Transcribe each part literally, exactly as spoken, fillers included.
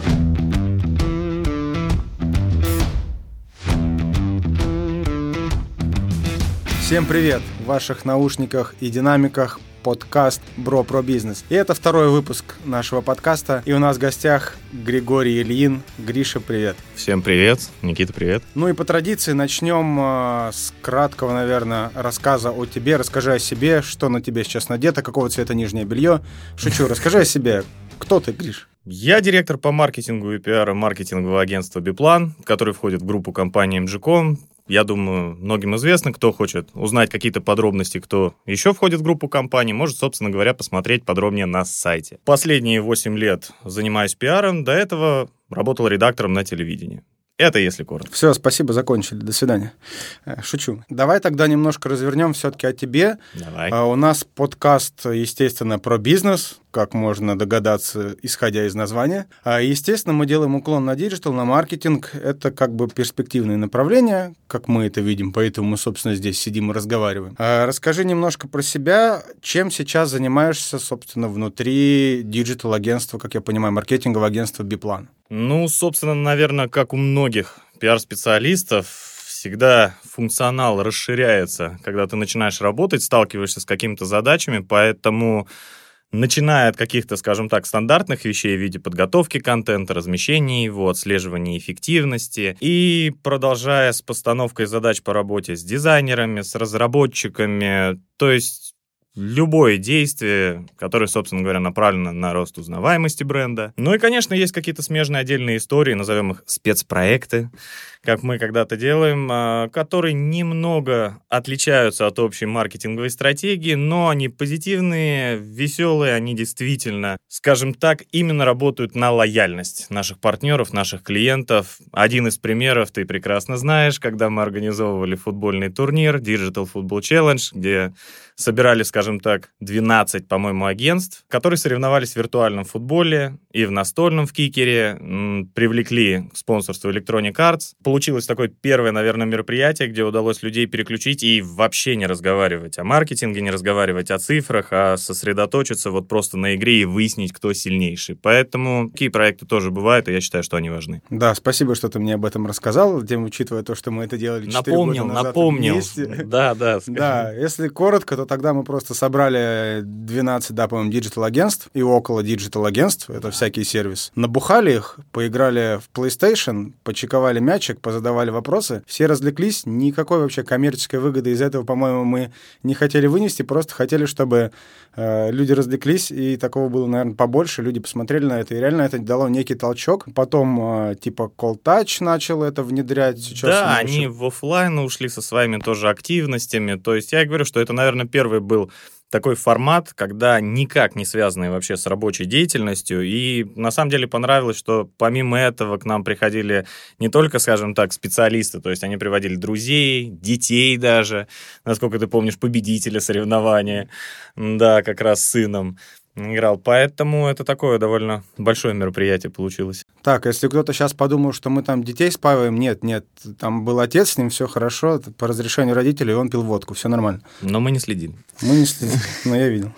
Всем привет! В ваших наушниках и динамиках подкаст «Бро про бизнес». И это второй выпуск нашего подкаста. И у нас в гостях Григорий Ильин. Гриша, привет. Всем привет. Никита, привет. Ну и по традиции начнем э, с краткого, наверное, рассказа о тебе. Расскажи о себе, что на тебе сейчас надето, какого цвета нижнее белье. Шучу, расскажи о себе. Кто ты, Гриш? Я директор по маркетингу и пиару маркетингового агентства «Биплан», который входит в группу компании эм джи ком. Я думаю, многим известно, кто хочет узнать какие-то подробности, кто еще входит в группу компаний, может, собственно говоря, посмотреть подробнее на сайте. Последние восемь лет занимаюсь пиаром, до этого работал редактором на телевидении. Это если коротко. Все, спасибо, закончили. До свидания. Шучу. Давай тогда немножко развернем все-таки о тебе. Давай. А, у нас подкаст, естественно, про бизнес, как можно догадаться, исходя из названия. А, естественно, мы делаем уклон на диджитал, на маркетинг. Это как бы перспективные направления, как мы это видим, поэтому мы, собственно, здесь сидим и разговариваем. А, расскажи немножко про себя. Чем сейчас занимаешься, собственно, внутри диджитал-агентства, как я понимаю, маркетингового агентства «Биплан»? Ну, собственно, наверное, как у многих пиар-специалистов, всегда функционал расширяется, когда ты начинаешь работать, сталкиваешься с какими-то задачами, поэтому, начиная от каких-то, скажем так, стандартных вещей в виде подготовки контента, размещения его, отслеживания эффективности, и продолжая с постановкой задач по работе с дизайнерами, с разработчиками, то есть любое действие, которое, собственно говоря, направлено на рост узнаваемости бренда. Ну и, конечно, есть какие-то смежные отдельные истории, назовем их спецпроекты, как мы когда-то делаем, которые немного отличаются от общей маркетинговой стратегии, но они позитивные, веселые, они действительно, скажем так, именно работают на лояльность наших партнеров, наших клиентов. Один из примеров ты прекрасно знаешь, когда мы организовывали футбольный турнир Digital Football Challenge, где собирали, скажем так, двенадцать, по-моему, агентств, которые соревновались в виртуальном футболе и в настольном в кикере, м, привлекли к спонсорству Electronic Arts. Получилось такое первое, наверное, мероприятие, где удалось людей переключить и вообще не разговаривать о маркетинге, не разговаривать о цифрах, а сосредоточиться вот просто на игре и выяснить, кто сильнейший. Поэтому такие проекты тоже бывают, и я считаю, что они важны. Да, спасибо, что ты мне об этом рассказал, тем, учитывая то, что мы это делали четыре напомнил, года назад напомнил. вместе. Да, да. Да, если коротко, то тогда мы просто собрали двенадцать, да, по-моему, диджитал-агентств и около диджитал-агентств, это всякий сервис. Набухали их, поиграли в PlayStation, почековали мячик, позадавали вопросы, все развлеклись, никакой вообще коммерческой выгоды из этого, по-моему, мы не хотели вынести, просто хотели, чтобы э, люди развлеклись, и такого было, наверное, побольше, люди посмотрели на это, и реально это дало некий толчок. Потом, э, типа, Call Touch начал это внедрять. Сейчас да, они они еще... в офлайн ушли со своими тоже активностями, то есть я говорю, что это, наверное, первый был такой формат, когда никак не связанный вообще с рабочей деятельностью, и на самом деле понравилось, что помимо этого к нам приходили не только, скажем так, специалисты, то есть они приводили друзей, детей даже, насколько ты помнишь, победителя соревнования, да, как раз с сыном играл, поэтому это такое довольно большое мероприятие получилось. Так, если кто-то сейчас подумал, что мы там детей спаиваем, нет, нет, там был отец, с ним все хорошо, по разрешению родителей он пил водку, все нормально. Но мы не следим. Мы не следим, но я видел.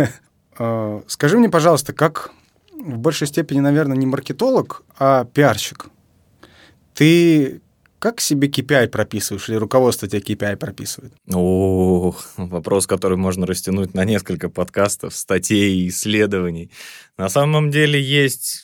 Скажи мне, пожалуйста, как в большей степени, наверное, не маркетолог, а пиарщик, ты как себе кей пи ай прописываешь или руководство тебе кей пи ай прописывает? О, вопрос, который можно растянуть на несколько подкастов, статей, исследований. На самом деле есть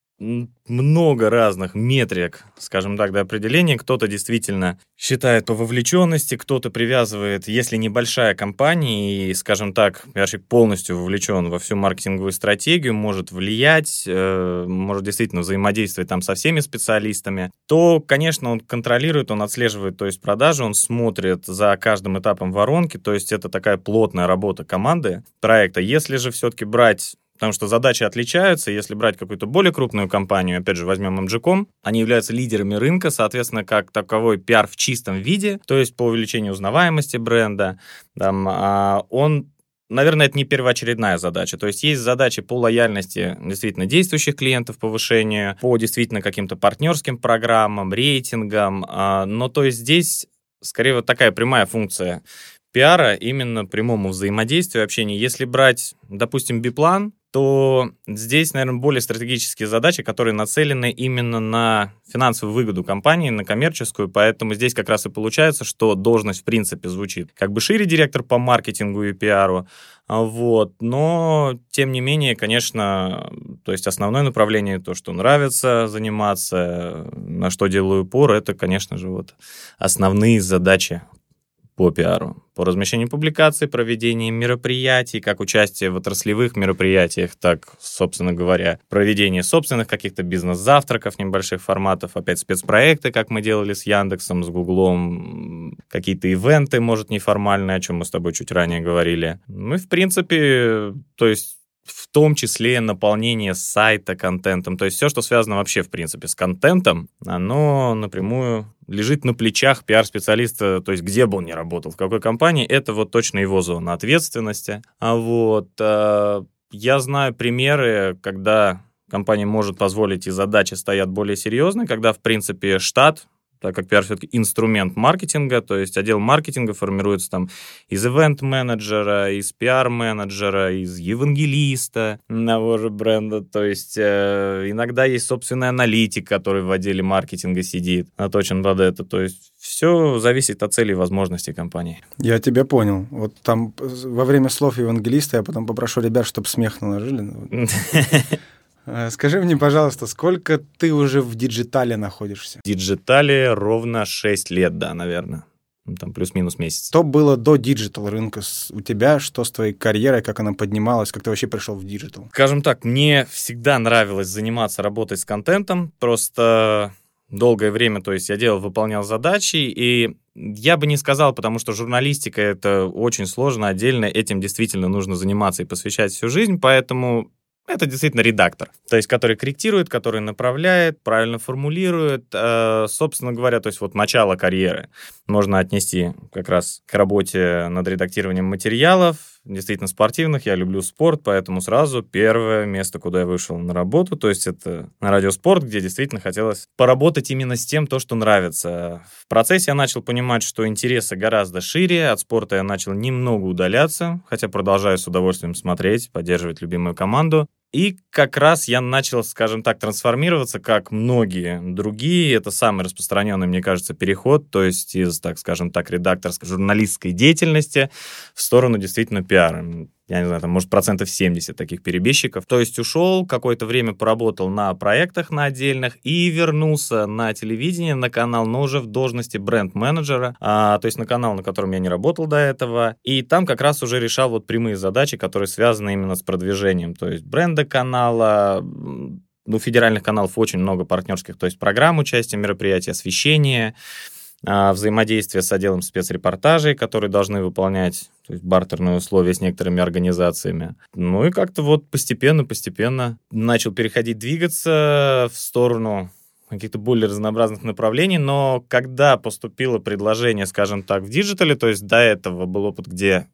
много разных метрик, скажем так, до определения. Кто-то действительно считает по вовлеченности, кто-то привязывает, если небольшая компания и, скажем так, пиарщик полностью вовлечен во всю маркетинговую стратегию, может влиять, э, может действительно взаимодействовать там со всеми специалистами, то, конечно, он контролирует, он отслеживает, то есть продажи, он смотрит за каждым этапом воронки, то есть это такая плотная работа команды проекта. Если же все-таки брать, потому что задачи отличаются. Если брать какую-то более крупную компанию, опять же, возьмем эм джи ком, они являются лидерами рынка, соответственно, как таковой пиар в чистом виде, то есть по увеличению узнаваемости бренда, там, а он, наверное, это не первоочередная задача. То есть есть задачи по лояльности действительно действующих клиентов, повышению, по действительно каким-то партнерским программам, рейтингам, а, но то есть здесь скорее вот такая прямая функция пиара именно прямому взаимодействию, общению. Если брать, допустим, Биплан, то здесь, наверное, более стратегические задачи, которые нацелены именно на финансовую выгоду компании, на коммерческую, поэтому здесь как раз и получается, что должность, в принципе, звучит как бы шире директор по маркетингу и пиару, вот, но, тем не менее, конечно, то есть основное направление, то, что нравится заниматься, на что делаю упор, это, конечно же, вот основные задачи по пиару, по размещению публикаций, проведению мероприятий, как участие в отраслевых мероприятиях, так, собственно говоря, проведение собственных каких-то бизнес-завтраков, небольших форматов, опять спецпроекты, как мы делали с Яндексом, с Гуглом, какие-то ивенты, может, неформальные, о чем мы с тобой чуть ранее говорили. Ну и, в принципе, то есть в том числе наполнение сайта контентом. То есть все, что связано вообще, в принципе, с контентом, оно напрямую лежит на плечах пиар-специалиста, то есть где бы он ни работал, в какой компании, это вот точно его зона ответственности. А вот а, я знаю примеры, когда компания может позволить, и задачи стоят более серьезные, когда, в принципе, штат, так как пиар все-таки инструмент маркетинга, то есть отдел маркетинга формируется там из ивент-менеджера, из пиар-менеджера, из евангелиста того же бренда, то есть э, иногда есть собственный аналитик, который в отделе маркетинга сидит, наточен под это, то есть все зависит от целей и возможностей компании. Я тебя понял. Вот там во время слов евангелиста я потом попрошу ребят, чтобы смех наложили. Скажи мне, пожалуйста, сколько ты уже в диджитале находишься? В диджитале ровно шесть лет, да, наверное. Там плюс-минус месяц. Что было до диджитал рынка у тебя? Что с твоей карьерой? Как она поднималась? Как ты вообще пришел в диджитал? Скажем так, мне всегда нравилось заниматься работой с контентом. Просто долгое время, то есть я делал, выполнял задачи, и я бы не сказал, потому что журналистика — это очень сложно, отдельно. Этим действительно нужно заниматься и посвящать всю жизнь, поэтому... Это действительно редактор, то есть который корректирует, который направляет, правильно формулирует. Э, собственно говоря, то есть вот начало карьеры можно отнести как раз к работе над редактированием материалов, действительно спортивных. Я люблю спорт, поэтому сразу первое место, куда я вышел на работу, то есть это на Радиоспорт, где действительно хотелось поработать именно с тем, то, что нравится. В процессе я начал понимать, что интересы гораздо шире, от спорта я начал немного удаляться, хотя продолжаю с удовольствием смотреть, поддерживать любимую команду. И как раз я начал, скажем так, трансформироваться, как многие другие. Это самый распространенный, мне кажется, переход, то есть из, так скажем так, редакторской, журналистской деятельности в сторону действительно пиара. Я не знаю, там, может, процентов семьдесят таких перебежчиков. То есть ушел, какое-то время поработал на проектах на отдельных и вернулся на телевидение, на канал, но уже в должности бренд-менеджера, а, то есть на канал, на котором я не работал до этого. И там как раз уже решал вот прямые задачи, которые связаны именно с продвижением, то есть бренда канала. Ну, федеральных каналов очень много партнерских, то есть программ участия, мероприятий, освещения, взаимодействие с отделом спецрепортажей, которые должны выполнять, то есть бартерные условия с некоторыми организациями. Ну и как-то вот постепенно-постепенно начал переходить, двигаться в сторону каких-то более разнообразных направлений, но когда поступило предложение, скажем так, в диджитале, то есть до этого был опыт, где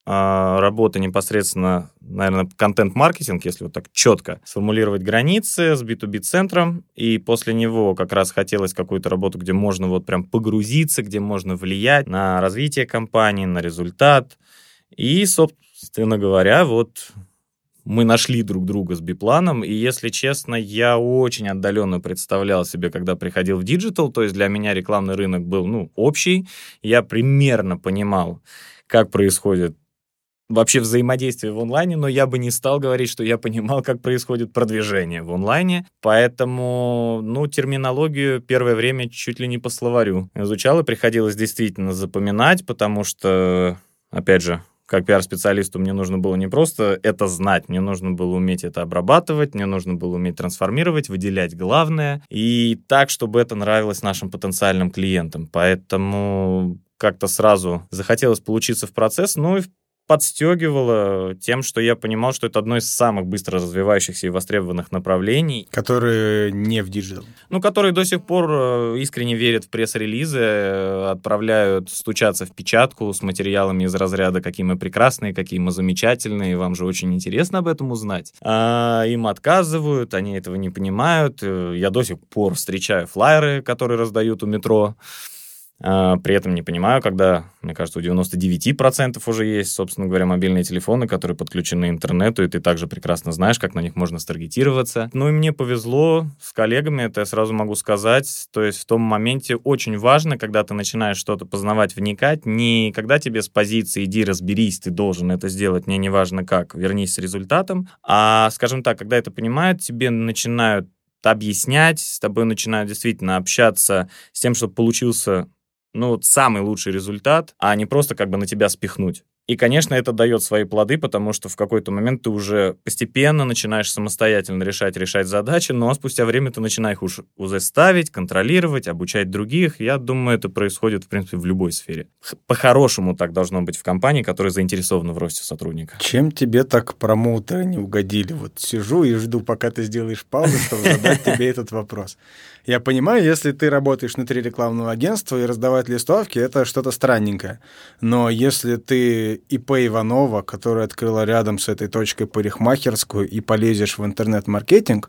работа непосредственно, наверное, контент-маркетинг, если вот так четко сформулировать границы с би ту би-центром, и после него как раз хотелось какую-то работу, где можно вот прям погрузиться, где можно влиять на развитие компании, на результат. И, собственно говоря, вот мы нашли друг друга с бипланом, и, если честно, я очень отдаленно представлял себе, когда приходил в диджитал, то есть для меня рекламный рынок был, ну, общий, я примерно понимал, как происходит вообще взаимодействие в онлайне, но я бы не стал говорить, что я понимал, как происходит продвижение в онлайне, поэтому, ну, терминологию первое время чуть ли не по словарю изучал, и приходилось действительно запоминать, потому что, опять же, как пиар-специалисту мне нужно было не просто это знать, мне нужно было уметь это обрабатывать, мне нужно было уметь трансформировать, выделять главное, и так, чтобы это нравилось нашим потенциальным клиентам, поэтому как-то сразу захотелось получиться в процесс, ну и подстегивало тем, что я понимал, что это одно из самых быстро развивающихся и востребованных направлений. Которые не в диджитал. Ну, которые до сих пор искренне верят в пресс-релизы, отправляют стучаться в печатку с материалами из разряда «какие мы прекрасные, какие мы замечательные, вам же очень интересно об этом узнать». А им отказывают, они этого не понимают. Я до сих пор встречаю флаеры, которые раздают у метро, При этом не понимаю, когда, мне кажется, у девяносто девять процентов уже есть, собственно говоря, мобильные телефоны, которые подключены к интернету, и ты также прекрасно знаешь, как на них можно старгетироваться. Ну и мне повезло с коллегами, это я сразу могу сказать. То есть в том моменте очень важно, когда ты начинаешь что-то познавать, вникать, не когда тебе с позиции «иди разберись, ты должен это сделать, мне не важно как, вернись с результатом», а, скажем так, когда это понимают, тебе начинают объяснять, с тобой начинают действительно общаться с тем, чтобы получился, ну, вот самый лучший результат, а не просто как бы на тебя спихнуть. И, конечно, это дает свои плоды, потому что в какой-то момент ты уже постепенно начинаешь самостоятельно решать, решать задачи, но спустя время ты начинаешь их уж уже ставить, контролировать, обучать других. Я думаю, это происходит, в принципе, в любой сфере. По-хорошему так должно быть в компании, которая заинтересована в росте сотрудника. Чем тебе так промоутеры не угодили? Вот сижу и жду, пока ты сделаешь паузу, чтобы задать тебе этот вопрос. Я понимаю, если ты работаешь внутри рекламного агентства и раздавать листовки, это что-то странненькое. Но если ты ИП Иванова, которая открыла рядом с этой точкой парикмахерскую, и полезешь в интернет-маркетинг,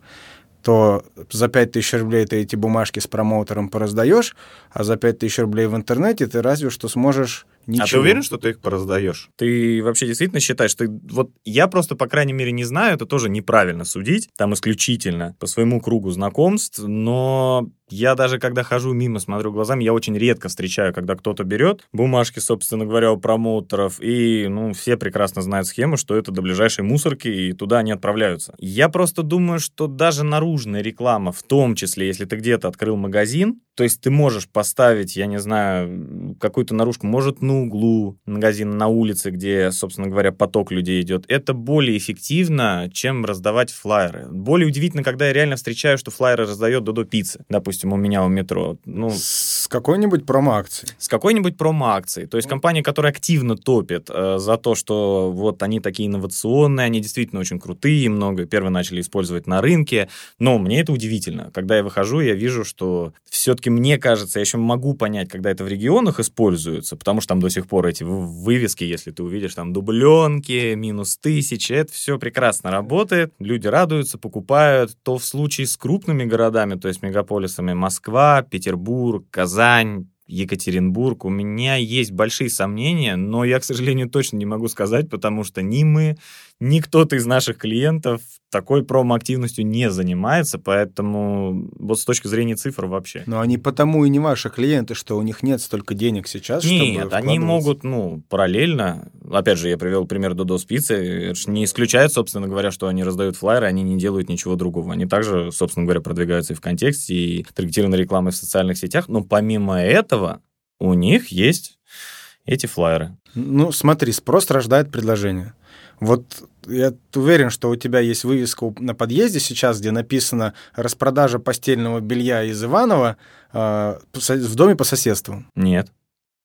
то за пять тысяч рублей ты эти бумажки с промоутером пораздаешь, а за пять тысяч рублей в интернете ты разве что сможешь ничего. А ты уверен, что ты их пораздаешь? Ты вообще действительно считаешь, что... Вот я просто, по крайней мере, не знаю, это тоже неправильно судить, там исключительно по своему кругу знакомств, но я даже, когда хожу мимо, смотрю глазами, я очень редко встречаю, когда кто-то берет бумажки, собственно говоря, у промоутеров, и, ну, все прекрасно знают схему, что это до ближайшей мусорки, и туда они отправляются. Я просто думаю, что даже наружная реклама, в том числе, если ты где-то открыл магазин, то есть ты можешь поставить, я не знаю, какую-то наружку, может, на углу магазина, на улице, где, собственно говоря, поток людей идет. Это более эффективно, чем раздавать флаеры. Более удивительно, когда я реально встречаю, что флаеры раздает Додо Пицца, допустим, у меня у метро. Ну, с какой-нибудь промо-акцией. С какой-нибудь промо-акцией. То есть компания, которая активно топит э, за то, что вот они такие инновационные, они действительно очень крутые, много первые начали использовать на рынке. Но мне это удивительно. Когда я выхожу, я вижу, что все-таки мне кажется, я еще могу понять, когда это в регионах используется, потому что там до сих пор эти вывески, если ты увидишь, там дубленки, минус тысячи, это все прекрасно работает, люди радуются, покупают. То в случае с крупными городами, то есть мегаполисами Москва, Петербург, Казань, Екатеринбург, у меня есть большие сомнения, но я, к сожалению, точно не могу сказать, потому что ни мы, ни кто-то из наших клиентов такой промо-активностью не занимается, поэтому вот с точки зрения цифр вообще. Но они потому и не ваши клиенты, что у них нет столько денег сейчас, Нет, чтобы Нет, они могут, ну, параллельно, опять же, я привел пример Додо с пиццей, это не исключает, собственно говоря, что они раздают флаеры, они не делают ничего другого. Они также, собственно говоря, продвигаются и в контексте, и таргетированной рекламы в социальных сетях, но помимо этого у них есть эти флаеры. Ну, смотри, спрос рождает предложение. Вот я уверен, что у тебя есть вывеска на подъезде сейчас, где написано «Распродажа постельного белья из Иваново э, в доме по соседству». Нет.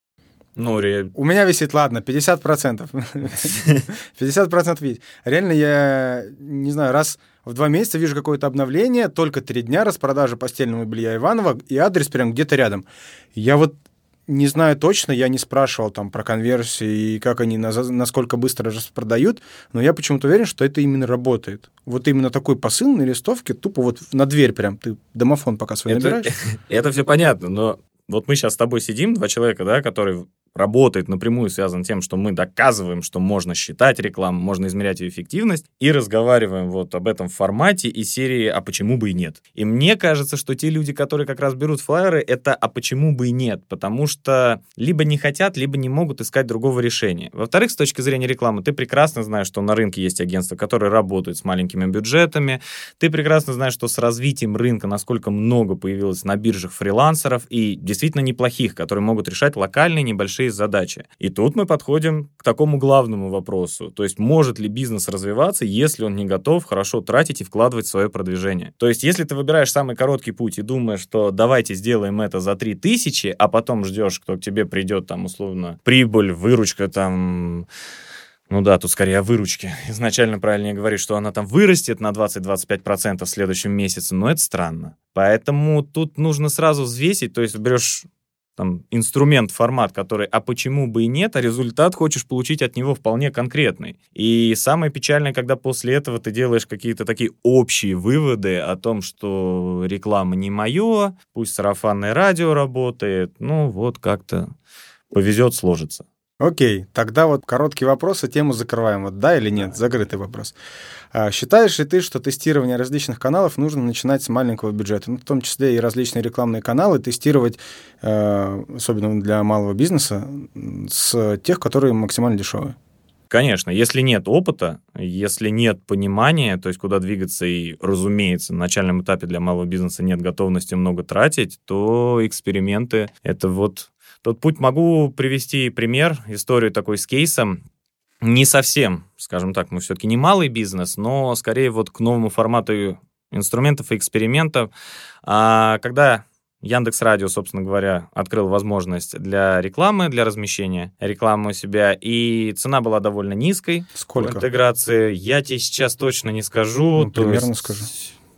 Ну, ре... У меня висит, ладно, пятьдесят процентов. пятьдесят процентов есть. Реально, я не знаю, раз в два месяца вижу какое-то обновление, только три дня распродажа постельного белья Иваново, и адрес прям где-то рядом. Я вот не знаю точно, я не спрашивал там про конверсии и как они, насколько быстро распродают, но я почему-то уверен, что это именно работает. Вот именно такой посыл на листовке, тупо вот на дверь прям, ты домофон пока свой это, набираешь. Это все понятно, но вот мы сейчас с тобой сидим, два человека, да, которые работает напрямую связан с тем, что мы доказываем, что можно считать рекламу, можно измерять ее эффективность, и разговариваем вот об этом в формате из серии «А почему бы и нет?». И мне кажется, что те люди, которые как раз берут флаеры, это «А почему бы и нет?», потому что либо не хотят, либо не могут искать другого решения. Во-вторых, с точки зрения рекламы, ты прекрасно знаешь, что на рынке есть агентства, которые работают с маленькими бюджетами, ты прекрасно знаешь, что с развитием рынка, насколько много появилось на биржах фрилансеров, и действительно неплохих, которые могут решать локальные небольшие задачи. И тут мы подходим к такому главному вопросу. То есть, может ли бизнес развиваться, если он не готов хорошо тратить и вкладывать в свое продвижение? То есть, если ты выбираешь самый короткий путь и думаешь, что давайте сделаем это за три тысячи, а потом ждешь, кто к тебе придет, там, условно, прибыль, выручка, там... Ну да, тут скорее о выручке. Изначально правильнее говорить, что она там вырастет на двадцать-двадцать пять процентов в следующем месяце, но это странно. Поэтому тут нужно сразу взвесить, то есть берешь там, инструмент, формат, который, а почему бы и нет, а результат хочешь получить от него вполне конкретный. И самое печальное, когда после этого ты делаешь какие-то такие общие выводы о том, что реклама не мое, пусть сарафанное радио работает, ну вот как-то повезет, сложится. Окей, тогда вот короткий вопрос, и тему закрываем. Вот да или нет? Закрытый вопрос. А считаешь ли ты, что тестирование различных каналов нужно начинать с маленького бюджета? Ну, в том числе и различные рекламные каналы тестировать, э, особенно для малого бизнеса, с тех, которые максимально дешевые? Конечно, если нет опыта, если нет понимания, то есть куда двигаться, и, разумеется, на начальном этапе для малого бизнеса нет готовности много тратить, то эксперименты — это вот тот путь. Могу привести пример, историю такой с кейсом. Не совсем, скажем так, мы все-таки не малый бизнес, но скорее вот к новому формату инструментов и экспериментов. А когда Яндекс.Радио, собственно говоря, открыл возможность для рекламы, для размещения рекламы у себя, и цена была довольно низкой. Сколько? В интеграции я тебе сейчас точно не скажу. Ну, примерно есть... скажу.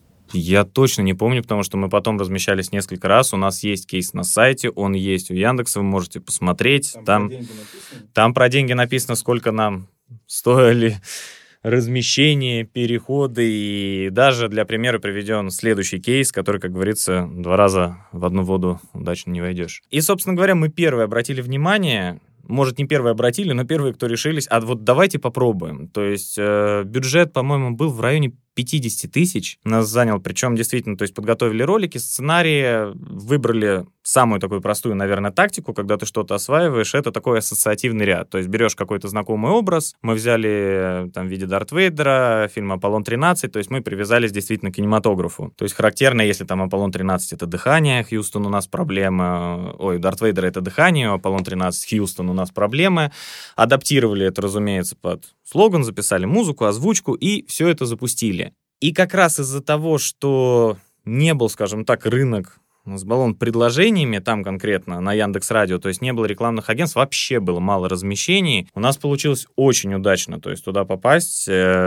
Я точно не помню, потому что мы потом размещались несколько раз. У нас есть кейс на сайте, он есть у Яндекса, вы можете посмотреть. Там, там, про, деньги там про деньги написано, сколько нам стоили размещение, переходы. И даже для примера приведен следующий кейс, который, как говорится, два раза в одну воду удачно не войдешь. И, собственно говоря, мы первые обратили внимание... Может, не первые обратили, но первые, кто решились, а вот давайте попробуем. То есть э, бюджет, по-моему, был в районе пятьдесят тысяч. Нас занял, причем действительно, то есть подготовили ролики, сценарии, выбрали самую такую простую, наверное, тактику, когда ты что-то осваиваешь, это такой ассоциативный ряд. То есть берешь какой-то знакомый образ, мы взяли там в виде Дарт Вейдера, фильм «Аполлон тринадцать», то есть мы привязались действительно к кинематографу. То есть характерно, если там «Аполлон тринадцать» — это дыхание, Хьюстон, у нас проблемы, ой, Дарт Вейдер — это дыхание, «Аполлон тринадцать», Хьюстон, у нас проблемы. Адаптировали это, разумеется, под слоган, записали музыку, озвучку и все это запустили. И как раз из-за того, что не был, скажем так, рынок с баллон предложениями, там конкретно на Яндекс.Радио, то есть не было рекламных агентств, вообще было мало размещений, у нас получилось очень удачно, то есть туда попасть.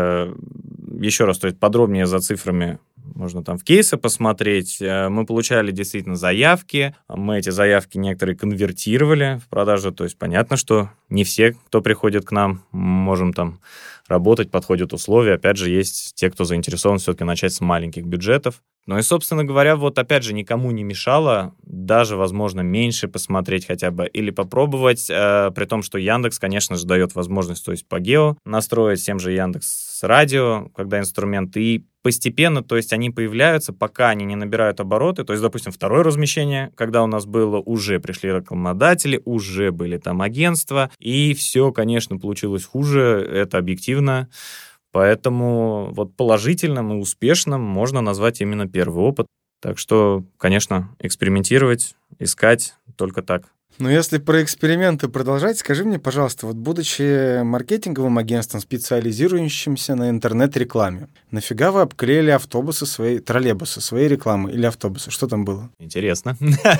Еще раз, то есть подробнее за цифрами можно там в кейсы посмотреть. Мы получали действительно заявки, мы эти заявки некоторые конвертировали в продажу, то есть понятно, что не все, кто приходит к нам, можем там работать, подходят условия. Опять же, есть те, кто заинтересован все-таки начать с маленьких бюджетов. Ну и, собственно говоря, вот опять же, никому не мешало даже, возможно, меньше посмотреть хотя бы или попробовать, э, при том, что Яндекс, конечно же, дает возможность, то есть по гео настроить тем же Яндекс.Радио, когда инструменты, и постепенно, то есть они появляются, пока они не набирают обороты. То есть, допустим, второе размещение, когда у нас было, уже пришли рекламодатели, уже были там агентства, и все, конечно, получилось хуже, это объективно. Поэтому вот положительным и успешным можно назвать именно первый опыт. Так что, конечно, экспериментировать, искать только так. Но если про эксперименты продолжать, скажи мне, пожалуйста, вот будучи маркетинговым агентством, специализирующимся на интернет-рекламе, нафига вы обклеили автобусы свои, троллейбусы своей рекламы или автобусы? Что там было? Интересно.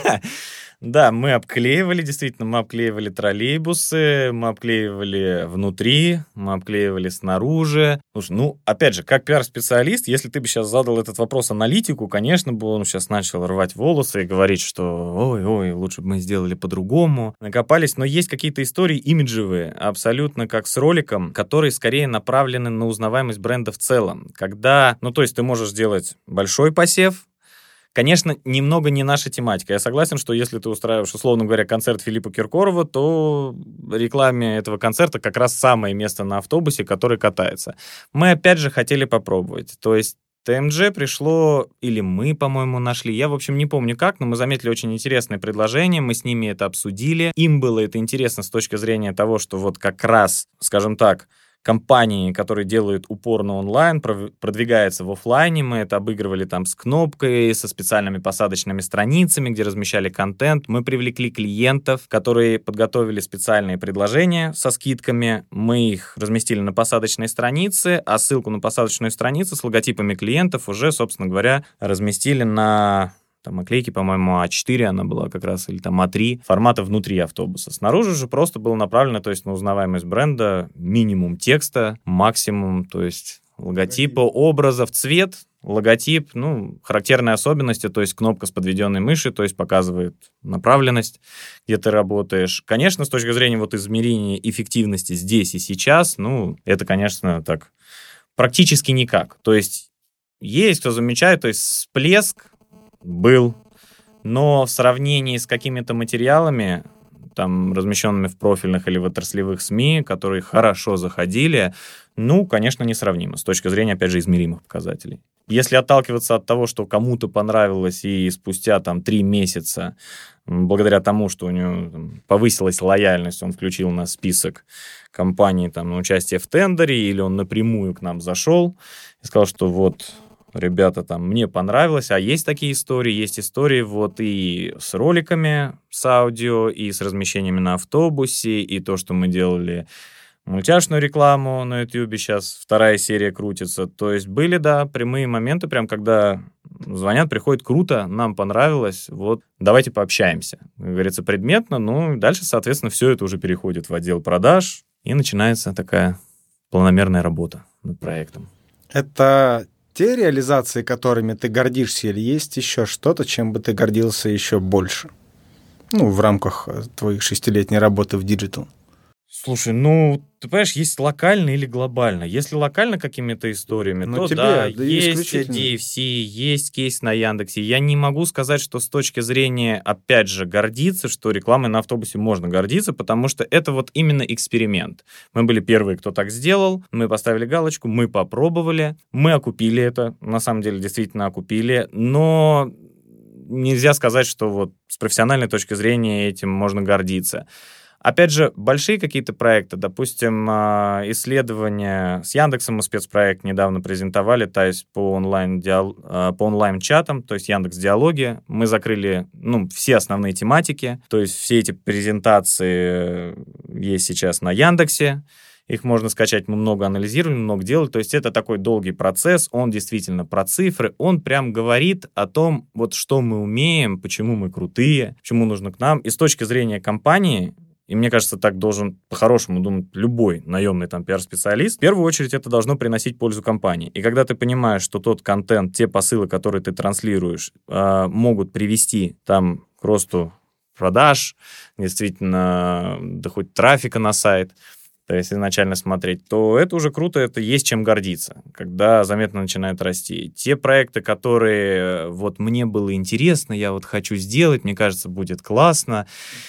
Да, мы обклеивали, действительно, мы обклеивали троллейбусы, мы обклеивали внутри, мы обклеивали снаружи. Слушай, ну, опять же, как пиар-специалист, если ты бы сейчас задал этот вопрос аналитику, конечно бы он сейчас начал рвать волосы и говорить, что ой-ой, лучше бы мы сделали по-другому. Накопались, но есть какие-то истории имиджевые, абсолютно как с роликом, которые скорее направлены на узнаваемость бренда в целом. Когда, ну, то есть ты можешь сделать большой посев. Конечно, немного не наша тематика. Я согласен, что если ты устраиваешь, условно говоря, концерт Филиппа Киркорова, то рекламе этого концерта как раз самое место на автобусе, который катается. Мы опять же хотели попробовать. То есть ТМДЖ пришло, или мы, по-моему, нашли, я, в общем, не помню как, но мы заметили очень интересное предложение, мы с ними это обсудили. Им было это интересно с точки зрения того, что вот как раз, скажем так, компании, которые делают упор на онлайн, продвигается в офлайне. Мы это обыгрывали там с кнопкой, со специальными посадочными страницами, где размещали контент. Мы привлекли клиентов, которые подготовили специальные предложения со скидками. Мы их разместили на посадочной странице, а ссылку на посадочную страницу с логотипами клиентов уже, собственно говоря, разместили на... Там оклейки, по-моему, а четыре она была как раз, или там а три формата внутри автобуса. Снаружи же просто было направлено, то есть на узнаваемость бренда, минимум текста, максимум, то есть логотипа, образов, цвет. логотип, ну, характерные особенности, то есть кнопка с подведенной мышью, то есть показывает направленность, где ты работаешь. Конечно, с точки зрения вот измерения эффективности здесь и сейчас, ну, это, конечно, так практически никак. То есть есть кто замечает, то есть всплеск был, но в сравнении с какими-то материалами, там, размещенными в профильных или в отраслевых СМИ, которые хорошо заходили, ну, конечно, несравнимо с точки зрения, опять же, измеримых показателей. Если отталкиваться от того, что кому-то понравилось, и спустя там три месяца, благодаря тому, что у него там, повысилась лояльность, он включил нас в список компаний там, на участие в тендере, или он напрямую к нам зашел и сказал, что вот, ребята, там, мне понравилось, а есть такие истории, есть истории вот и с роликами, с аудио, и с размещениями на автобусе, и то, что мы делали мультяшную рекламу на Ютьюбе, сейчас вторая серия крутится. То есть были, да, прямые моменты, прям когда звонят, приходят, круто, нам понравилось, вот, давайте пообщаемся. Как говорится, предметно, ну, дальше, соответственно, все это уже переходит в отдел продаж, и начинается такая планомерная работа над проектом. Это те реализации, которыми ты гордишься, или есть еще что-то, чем бы ты гордился еще больше? Ну, в рамках твоей шестилетней работы в диджитал. Слушай, ну, ты понимаешь, есть локально или глобально. Если локально какими-то историями, ну, то тебе, да, да, есть ди эф си, есть кейс на Яндексе. Я не могу сказать, что с точки зрения, опять же, гордиться, что рекламой на автобусе можно гордиться, потому что это вот именно эксперимент. Мы были первые, кто так сделал, мы поставили галочку, мы попробовали, мы окупили это, на самом деле действительно окупили, но нельзя сказать, что вот с профессиональной точки зрения этим можно гордиться. Опять же, большие какие-то проекты, допустим, исследования с Яндексом, мы спецпроект недавно презентовали, то есть по онлайн, по онлайн-чатам, то есть Яндекс.Диалоги. Мы закрыли, ну, все основные тематики, то есть все эти презентации есть сейчас на Яндексе. Их можно скачать, мы много анализировали, много делали. То есть это такой долгий процесс, он действительно про цифры, он прям говорит о том, вот что мы умеем, почему мы крутые, почему нужно к нам. И с точки зрения компании, и мне кажется, так должен по-хорошему думать любой наемный там пиар-специалист, в первую очередь это должно приносить пользу компании. И когда ты понимаешь, что тот контент, те посылы, которые ты транслируешь, э, могут привести там к росту продаж, действительно, да хоть трафика на сайт, то есть изначально смотреть, то это уже круто, это есть чем гордиться, когда заметно начинает расти. Те проекты, которые вот мне было интересно, я вот хочу сделать, мне кажется, будет классно,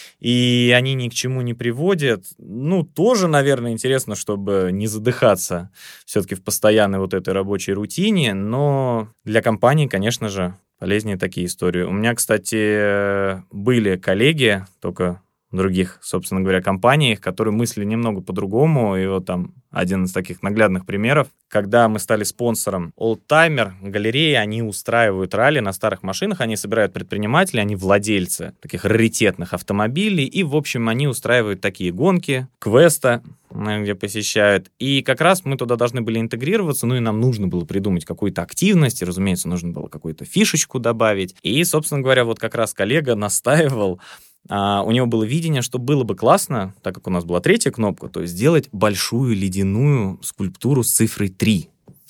и они ни к чему не приводят, ну, тоже, наверное, интересно, чтобы не задыхаться все-таки в постоянной вот этой рабочей рутине, но для компании, конечно же, полезнее такие истории. У меня, кстати, были коллеги, только в других, собственно говоря, компаниях, которые мыслили немного по-другому. И вот там один из таких наглядных примеров. Когда мы стали спонсором Oldtimer, галереи, они устраивают ралли на старых машинах, они собирают предпринимателей, они владельцы таких раритетных автомобилей, и, в общем, они устраивают такие гонки, квеста, где посещают. И как раз мы туда должны были интегрироваться, ну и нам нужно было придумать какую-то активность, и, разумеется, нужно было какую-то фишечку добавить. И, собственно говоря, вот как раз коллега настаивал. Uh, у него было видение, что было бы классно, так как у нас была третья кнопка, то есть сделать большую ледяную скульптуру с цифрой три.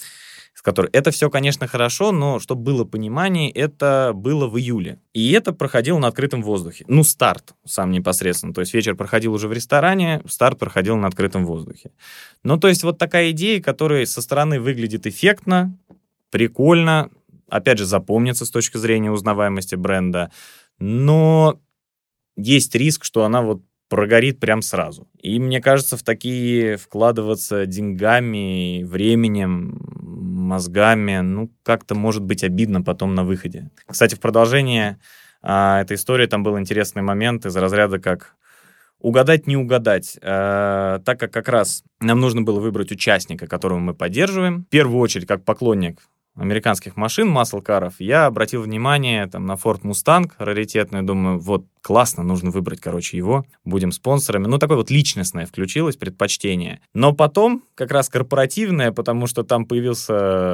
С которой... Это все, конечно, хорошо, но чтобы было понимание, это было в июле. И это проходило на открытом воздухе. Ну, старт сам непосредственно. То есть вечер проходил уже в ресторане, старт проходил на открытом воздухе. Ну, то есть вот такая идея, которая со стороны выглядит эффектно, прикольно, опять же, запомнится с точки зрения узнаваемости бренда, но есть риск, что она вот прогорит прям сразу. И мне кажется, в такие вкладываться деньгами, временем, мозгами, ну, как-то может быть обидно потом на выходе. Кстати, в продолжение а, этой истории там был интересный момент из разряда как угадать, не угадать, а, так как как раз нам нужно было выбрать участника, которого мы поддерживаем. В первую очередь, как поклонник американских машин, маслкаров, я обратил внимание там, на Ford Mustang раритетную, думаю, вот классно, нужно выбрать, короче, его, будем спонсорами. Ну, такое вот личностное включилось предпочтение. Но потом как раз корпоративное, потому что там появился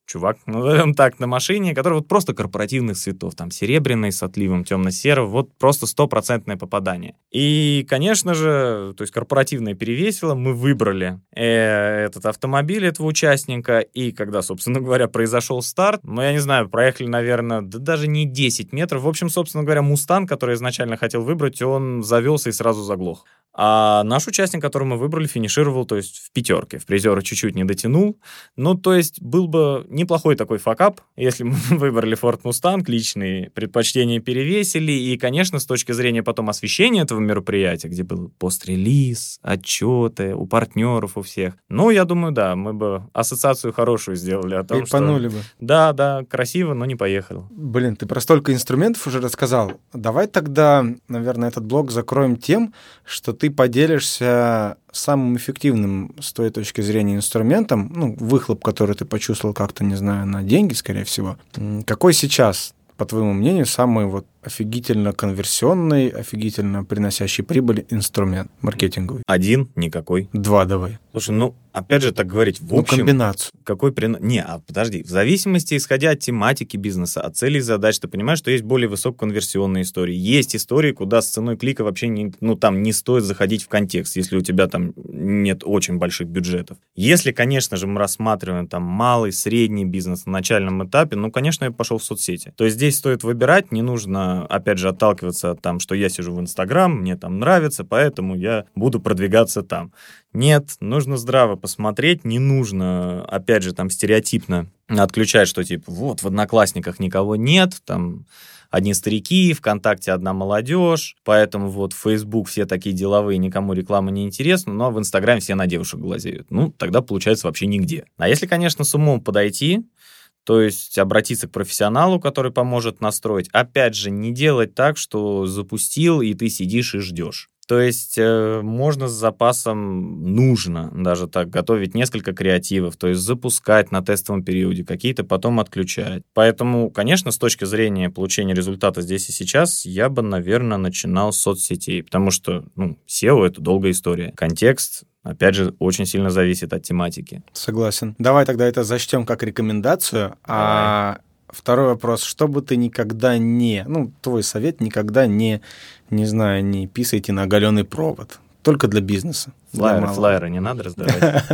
чувак, назовем так, на машине, который вот просто корпоративных цветов, там серебряный с отливом темно-серого, вот просто стопроцентное попадание. И, конечно же, то есть корпоративное перевесило, мы выбрали э, этот автомобиль этого участника, и когда, собственно говоря, произошел старт, ну, я не знаю, проехали, наверное, да даже не десять метров. В общем, собственно говоря, Мустанг, который я изначально хотел выбрать, он завелся и сразу заглох. А наш участник, который мы выбрали, финишировал, то есть в пятерке, в призера чуть-чуть не дотянул. Ну, то есть был бы неплохой такой факап, если мы выбрали Ford Mustang, личные предпочтения перевесили, и, конечно, с точки зрения потом освещения этого мероприятия, где был пост-релиз, отчеты у партнеров, у всех, ну, я думаю, да, мы бы ассоциацию хорошую сделали о том, и панули что... бы. Да, да, красиво, но не поехал. Блин, ты про столько инструментов уже рассказал. Давай тогда, наверное, этот блог закроем тем, что ты поделишься самым эффективным с твоей точки зрения инструментом, ну, выхлоп, который ты почувствовал как-то, не знаю, на деньги, скорее всего. Какой сейчас, по твоему мнению, самый вот офигительно конверсионный, офигительно приносящий прибыль инструмент маркетинговый? Один, никакой. Два давай. Слушай, ну, опять же так говорить, в ну, общем... комбинацию. Какой прин... Не, а подожди, в зависимости, исходя от тематики бизнеса, от целей и задач, ты понимаешь, что есть более высококонверсионные истории. Есть истории, куда с ценой клика вообще не, ну, там не стоит заходить в контекст, если у тебя там нет очень больших бюджетов. Если, конечно же, мы рассматриваем там малый, средний бизнес на начальном этапе, ну, конечно, я пошел в соцсети. То есть здесь стоит выбирать, не нужно, опять же, отталкиваться от там, что я сижу в Инстаграм, мне там нравится, поэтому я буду продвигаться там. Нет, нужно здраво посмотреть, не нужно, опять же, там стереотипно отключать, что типа вот в Одноклассниках никого нет, там одни старики, ВКонтакте одна молодежь, поэтому вот в Facebook все такие деловые, никому реклама не интересна, но в Инстаграме все на девушек глазеют. Ну, тогда получается вообще нигде. А если, конечно, с умом подойти, то есть обратиться к профессионалу, который поможет настроить, опять же, не делать так, что запустил, и ты сидишь и ждешь. То есть э, можно с запасом, нужно даже так, готовить несколько креативов, то есть запускать на тестовом периоде, какие-то потом отключать. Поэтому, конечно, с точки зрения получения результата здесь и сейчас, я бы, наверное, начинал с соцсетей, потому что, ну, сео — это долгая история. Контекст, опять же, очень сильно зависит от тематики. Согласен. Давай тогда это зачтем как рекомендацию, Давай. а... Второй вопрос. Что бы ты никогда не... Ну, твой совет: никогда не, не знаю, не писайте на оголенный провод. Только для бизнеса. Флайеры, флайеры не надо раздавать.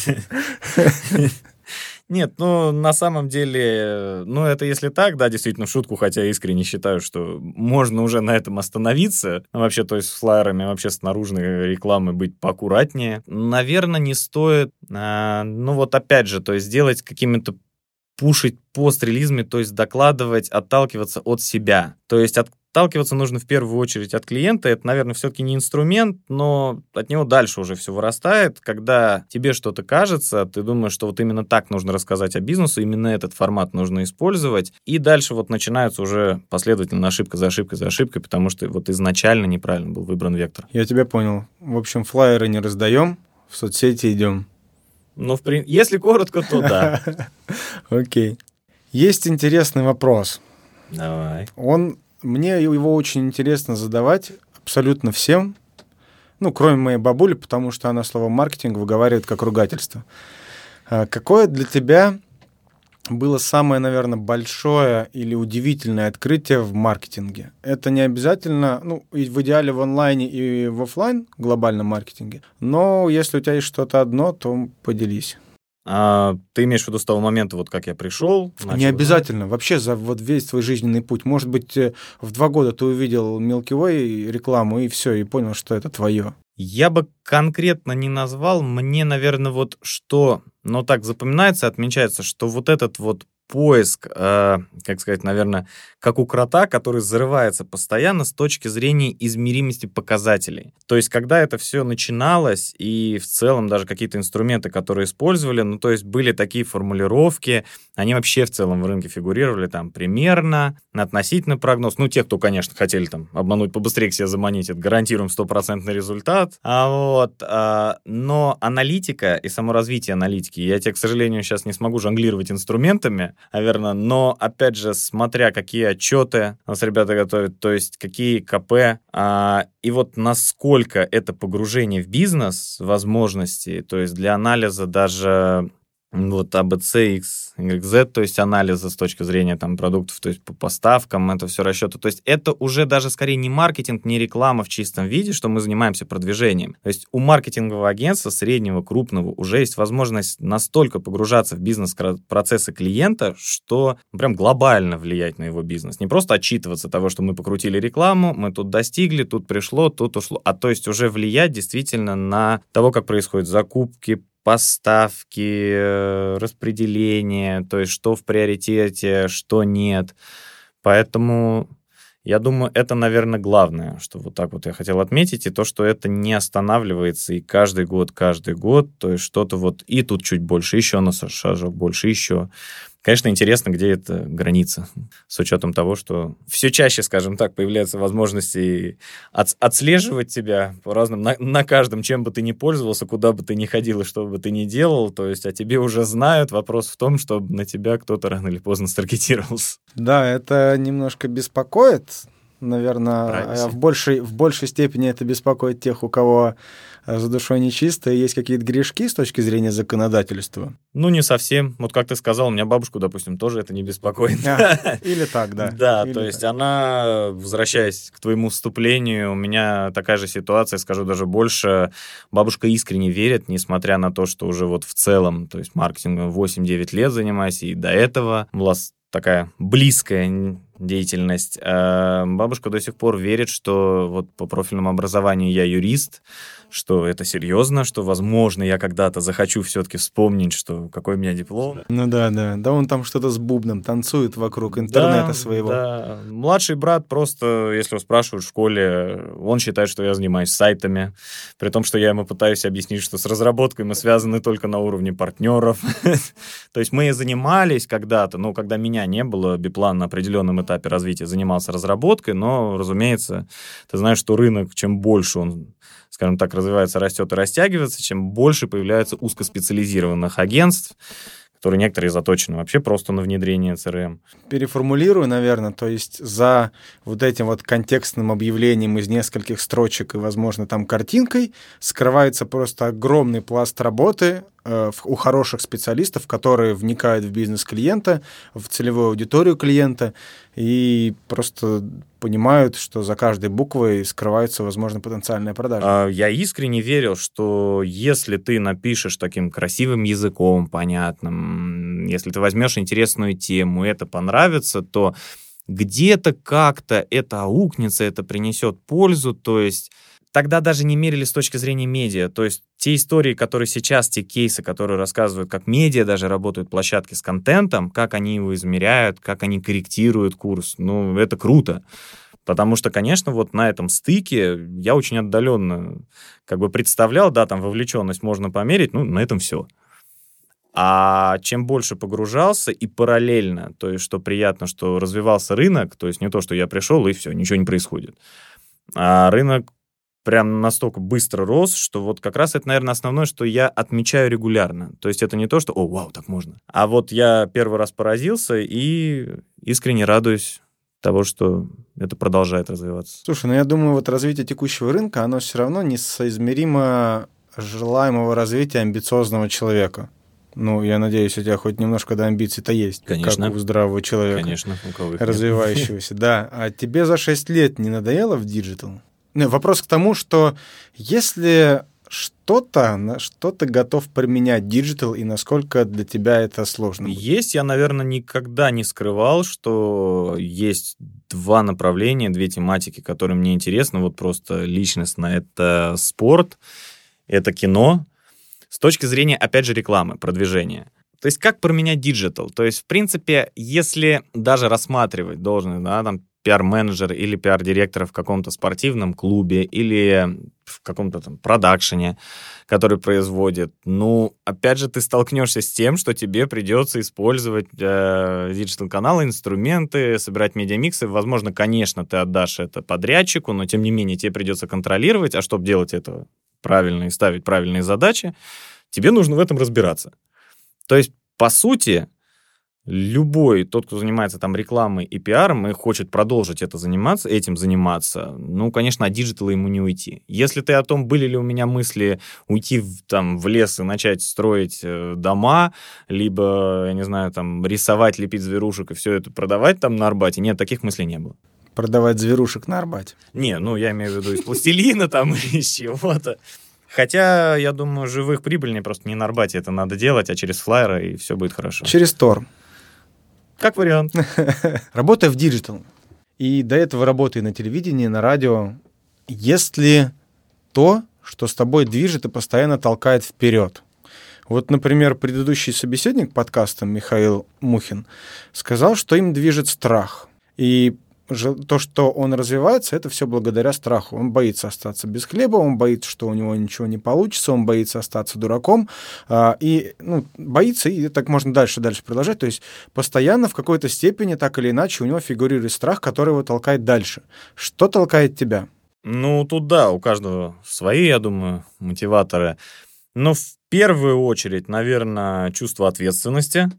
Нет, ну, на самом деле, ну, это если так, да, действительно, в шутку, хотя я искренне считаю, что можно уже на этом остановиться. Вообще, то есть с флайерами, вообще с наружной рекламой быть поаккуратнее. Наверное, не стоит, а, ну, вот опять же, то есть делать какими-то пушить пост-релизами, то есть докладывать, отталкиваться от себя. То есть отталкиваться нужно в первую очередь от клиента. Это, наверное, все-таки не инструмент, но от него дальше уже все вырастает. Когда тебе что-то кажется, ты думаешь, что вот именно так нужно рассказать о бизнесе, именно этот формат нужно использовать. И дальше вот начинаются уже последовательно ошибка за ошибкой за ошибкой, потому что вот изначально неправильно был выбран вектор. Я тебя понял. В общем, флайеры не раздаем, в соцсети идем. Ну, в при... если коротко, то да. Окей. Есть интересный вопрос. Давай. Он, мне его очень интересно задавать абсолютно всем, ну, кроме моей бабули, потому что она слово «маркетинг» выговаривает как ругательство. Какое для тебя было самое, наверное, большое или удивительное открытие в маркетинге? Это не обязательно, ну, в идеале в онлайне и в офлайн глобальном маркетинге, но если у тебя есть что-то одно, то поделись. А, ты имеешь в виду с того момента, вот как я пришел? Начал... Не обязательно. Вообще за вот весь твой жизненный путь. Может быть, в два года ты увидел Milky Way рекламу и все, и понял, что это твое. Я бы конкретно не назвал. Мне, наверное, вот что, но так запоминается, отмечается, что вот этот вот поиск, э, как сказать, наверное, как у крота, который зарывается постоянно с точки зрения измеримости показателей. То есть, когда это все начиналось, и в целом даже какие-то инструменты, которые использовали, ну, то есть были такие формулировки, они вообще в целом в рынке фигурировали там примерно, относительно прогноз. Ну, те, кто, конечно, хотели там обмануть, побыстрее к себе заманить, это гарантируем стопроцентный результат. А вот, а, но аналитика и само развитие аналитики, я тебе, к сожалению, сейчас не смогу жонглировать инструментами, наверное, но, опять же, смотря какие отчеты у нас ребята готовят, то есть какие КП, а, и вот насколько это погружение в бизнес, возможности, то есть для анализа даже вот А Б Ц, X, Y, Z, то есть анализа с точки зрения там продуктов, то есть по поставкам, это все расчеты. То есть это уже даже скорее не маркетинг, не реклама в чистом виде, что мы занимаемся продвижением. То есть у маркетингового агентства среднего, крупного уже есть возможность настолько погружаться в бизнес-процессы клиента, что ну, прям глобально влиять на его бизнес. Не просто отчитываться того, что мы покрутили рекламу, мы тут достигли, тут пришло, тут ушло, а то есть уже влиять действительно на того, как происходят закупки, поставки, распределение, то есть что в приоритете, что нет. Поэтому я думаю, это, наверное, главное, что вот так вот я хотел отметить, и то, что это не останавливается, и каждый год, каждый год, то есть что-то вот и тут чуть больше, еще на шажок больше, еще. Конечно, интересно, где эта граница, с учетом того, что все чаще, скажем так, появляются возможности от, отслеживать тебя по разным, на, на каждом, чем бы ты ни пользовался, куда бы ты ни ходил и что бы ты ни делал, то есть, а тебе уже знают. Вопрос в том, чтобы на тебя кто-то рано или поздно старгетировался. Да, это немножко беспокоит. Наверное, в большей, в большей степени это беспокоит тех, у кого за душой нечисто, и есть какие-то грешки с точки зрения законодательства. Ну, не совсем. Вот как ты сказал, у меня бабушку, допустим, тоже это не беспокоит. А, или так, да. Да, или то есть так. она, возвращаясь к твоему вступлению, у меня такая же ситуация, скажу даже больше, бабушка искренне верит, несмотря на то, что уже вот в целом, то есть маркетингом восемь-девять лет занимаюсь, и до этого была такая близкая деятельность. А бабушка до сих пор верит, что вот по профильному образованию я юрист, что это серьезно, что, возможно, я когда-то захочу все-таки вспомнить, что какой у меня диплом. Ну да, да. Да он там что-то с бубном танцует вокруг интернета да, своего. Да. Младший брат просто, если его спрашивают в школе, он считает, что я занимаюсь сайтами, при том, что я ему пытаюсь объяснить, что с разработкой мы связаны только на уровне партнеров. То есть мы и занимались когда-то, ну, когда меня не было, Биплан на определенном этапе развития занимался разработкой, но, разумеется, ты знаешь, что рынок, чем больше он, скажем так, развивается, растет и растягивается, чем больше появляется узкоспециализированных агентств, которые некоторые заточены вообще просто на внедрение Си Эр Эм. Переформулирую, наверное, то есть за вот этим вот контекстным объявлением из нескольких строчек и, возможно, там картинкой скрывается просто огромный пласт работы э, у хороших специалистов, которые вникают в бизнес клиента, в целевую аудиторию клиента и просто понимают, что за каждой буквой скрывается, возможно, потенциальная продажа. Я искренне верил, что если ты напишешь таким красивым языком, понятным, если ты возьмешь интересную тему, это понравится, то где-то как-то это аукнется, это принесет пользу, то есть тогда даже не мерили с точки зрения медиа, то есть те истории, которые сейчас, те кейсы, которые рассказывают, как медиа даже работают, площадки с контентом, как они его измеряют, как они корректируют курс, ну, это круто. Потому что, конечно, вот на этом стыке я очень отдаленно как бы представлял, да, там вовлеченность можно померить, ну, на этом все. А чем больше погружался и параллельно, то есть что приятно, что развивался рынок, то есть не то, что я пришел и все, ничего не происходит, а рынок прям настолько быстро рос, что вот как раз это, наверное, основное, что я отмечаю регулярно. То есть это не то, что «О, вау, так можно». А вот я первый раз поразился и искренне радуюсь того, что это продолжает развиваться. Слушай, ну я думаю, вот развитие текущего рынка, оно все равно несоизмеримо желаемого развития амбициозного человека. Ну, я надеюсь, у тебя хоть немножко до амбиций-то есть. Конечно. Как у здравого человека. Конечно, у кого их развивающегося, нет. Да. А тебе за шесть лет не надоело в диджитал? Вопрос к тому, что если что-то, на что ты готов применять диджитал, и насколько для тебя это сложно будет? Есть, я, наверное, никогда не скрывал, что есть два направления, две тематики, которые мне интересны, вот просто личностно. Это спорт, это кино. С точки зрения, опять же, рекламы, продвижения. То есть как применять диджитал? То есть, в принципе, если даже рассматривать должность, да, там, пиар-менеджер или пиар-директора в каком-то спортивном клубе или в каком-то там продакшене, который производит, ну, опять же, ты столкнешься с тем, что тебе придется использовать э, диджитал-каналы, инструменты, собирать медиамиксы. Возможно, конечно, ты отдашь это подрядчику, но, тем не менее, тебе придется контролировать, а чтобы делать это правильно и ставить правильные задачи, тебе нужно в этом разбираться. То есть, по сути, любой, тот, кто занимается там рекламой и пиаром и хочет продолжить это заниматься, этим заниматься, ну, конечно, от диджитала ему не уйти. Если ты о том, были ли у меня мысли уйти в, там, в лес и начать строить э, дома, либо, я не знаю, там, рисовать, лепить зверушек и все это продавать там на Арбате, нет, таких мыслей не было. Продавать зверушек на Арбате? Не, ну, я имею в виду из пластилина там или из чего-то. Хотя, я думаю, живых прибыльнее, просто не на Арбате это надо делать, а через флайеры, и все будет хорошо. Через Тор. Как вариант. Работая в диджитал, и до этого работая на телевидении, на радио, есть ли то, что с тобой движет и постоянно толкает вперед? Вот, например, предыдущий собеседник подкаста Михаил Мухин сказал, что им движет страх. И то, что он развивается, это все благодаря страху. Он боится остаться без хлеба, он боится, что у него ничего не получится, он боится остаться дураком, и ну, боится, и так можно дальше-дальше продолжать. То есть постоянно в какой-то степени, так или иначе, у него фигурирует страх, который его толкает дальше. Что толкает тебя? Ну, тут да, у каждого свои, я думаю, мотиваторы. Но в первую очередь, наверное, чувство ответственности.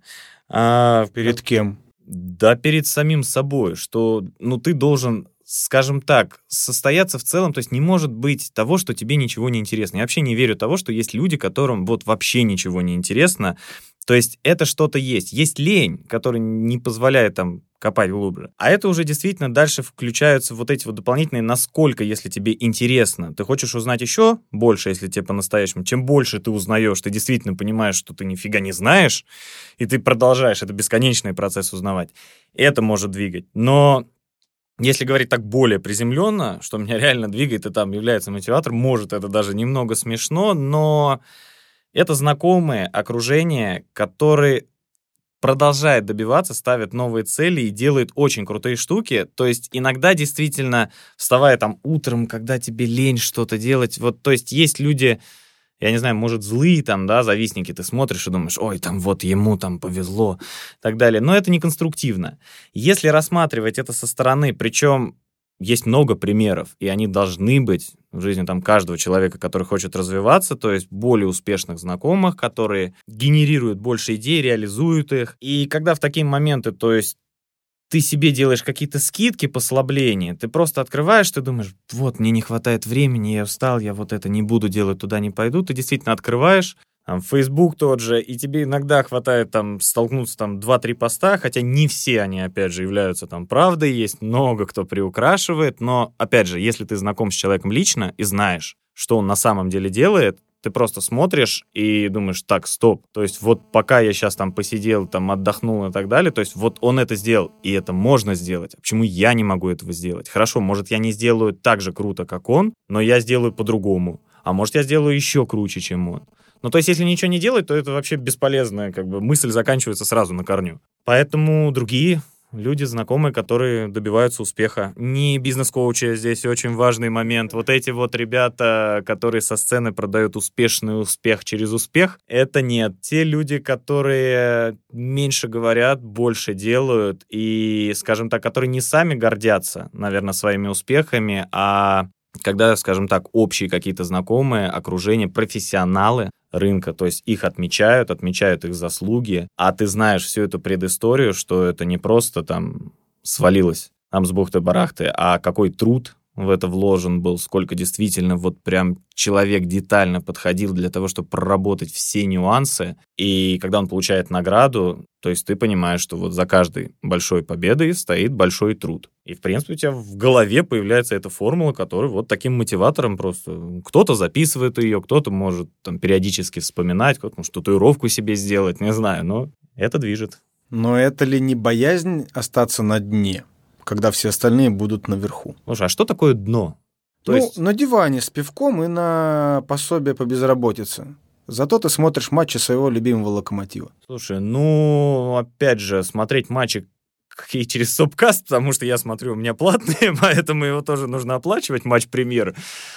А перед кем? Да перед самим собой, что, ну, ты должен, скажем так, состояться в целом, то есть не может быть того, что тебе ничего не интересно. Я вообще не верю того, что есть люди, которым вот вообще ничего не интересно. То есть это что-то есть. Есть лень, которая не позволяет там копать глубже. А это уже действительно дальше включаются вот эти вот дополнительные, насколько, если тебе интересно. Ты хочешь узнать еще больше, если тебе по-настоящему. Чем больше ты узнаешь, ты действительно понимаешь, что ты нифига не знаешь, и ты продолжаешь. Это бесконечный процесс узнавать. Это может двигать. Но если говорить так более приземленно, что меня реально двигает и там является мотиватором, может, это даже немного смешно, но это знакомые, окружение, которые продолжает добиваться, ставит новые цели и делает очень крутые штуки. То есть иногда действительно, вставая там утром, когда тебе лень что-то делать, вот, то есть есть люди, я не знаю, может, злые там, да, завистники, ты смотришь и думаешь, ой, там вот ему там повезло, и так далее. Но это не конструктивно. Если рассматривать это со стороны, причем есть много примеров, и они должны быть в жизни там каждого человека, который хочет развиваться, то есть более успешных знакомых, которые генерируют больше идей, реализуют их. И когда в такие моменты, то есть ты себе делаешь какие-то скидки, послабления, ты просто открываешь, ты думаешь, вот, мне не хватает времени, я устал, я вот это не буду делать, туда не пойду, ты действительно открываешь, там, Facebook тот же, и тебе иногда хватает там столкнуться там два-три поста, хотя не все они, опять же, являются там правдой, есть много кто приукрашивает, но, опять же, если ты знаком с человеком лично и знаешь, что он на самом деле делает, ты просто смотришь и думаешь, так, стоп, то есть вот пока я сейчас там посидел, там отдохнул и так далее, то есть вот он это сделал, и это можно сделать, а почему я не могу этого сделать? Хорошо, может, я не сделаю так же круто, как он, но я сделаю по-другому, а может, я сделаю еще круче, чем он. Ну, то есть, если ничего не делать, то это вообще бесполезная, как бы, мысль заканчивается сразу на корню. Поэтому другие люди, знакомые, которые добиваются успеха. Не бизнес-коучи, здесь очень важный момент. Вот эти вот ребята, которые со сцены продают успешный успех через успех, это нет. Те люди, которые меньше говорят, больше делают, и, скажем так, которые не сами гордятся, наверное, своими успехами, а когда, скажем так, общие какие-то знакомые, окружение, профессионалы рынка, то есть их отмечают, отмечают их заслуги, а ты знаешь всю эту предысторию, что это не просто там свалилось там с бухты-барахты, а какой труд в это вложен был, сколько действительно вот прям человек детально подходил для того, чтобы проработать все нюансы, и когда он получает награду, то есть ты понимаешь, что вот за каждой большой победой стоит большой труд. И, в принципе, у тебя в голове появляется эта формула, которая вот таким мотиватором просто... Кто-то записывает ее, кто-то может там периодически вспоминать, кто-то может татуировку себе сделать, не знаю, но это движет. Но это ли не боязнь остаться на дне, когда все остальные будут наверху? Слушай, а что такое дно? То ну, есть... на диване с пивком и на пособие по безработице. Зато ты смотришь матчи своего любимого «Локомотива». Слушай, ну, опять же, смотреть матчи и через Сопкаст, потому что я смотрю, у меня платные, поэтому его тоже нужно оплачивать, матч премьер.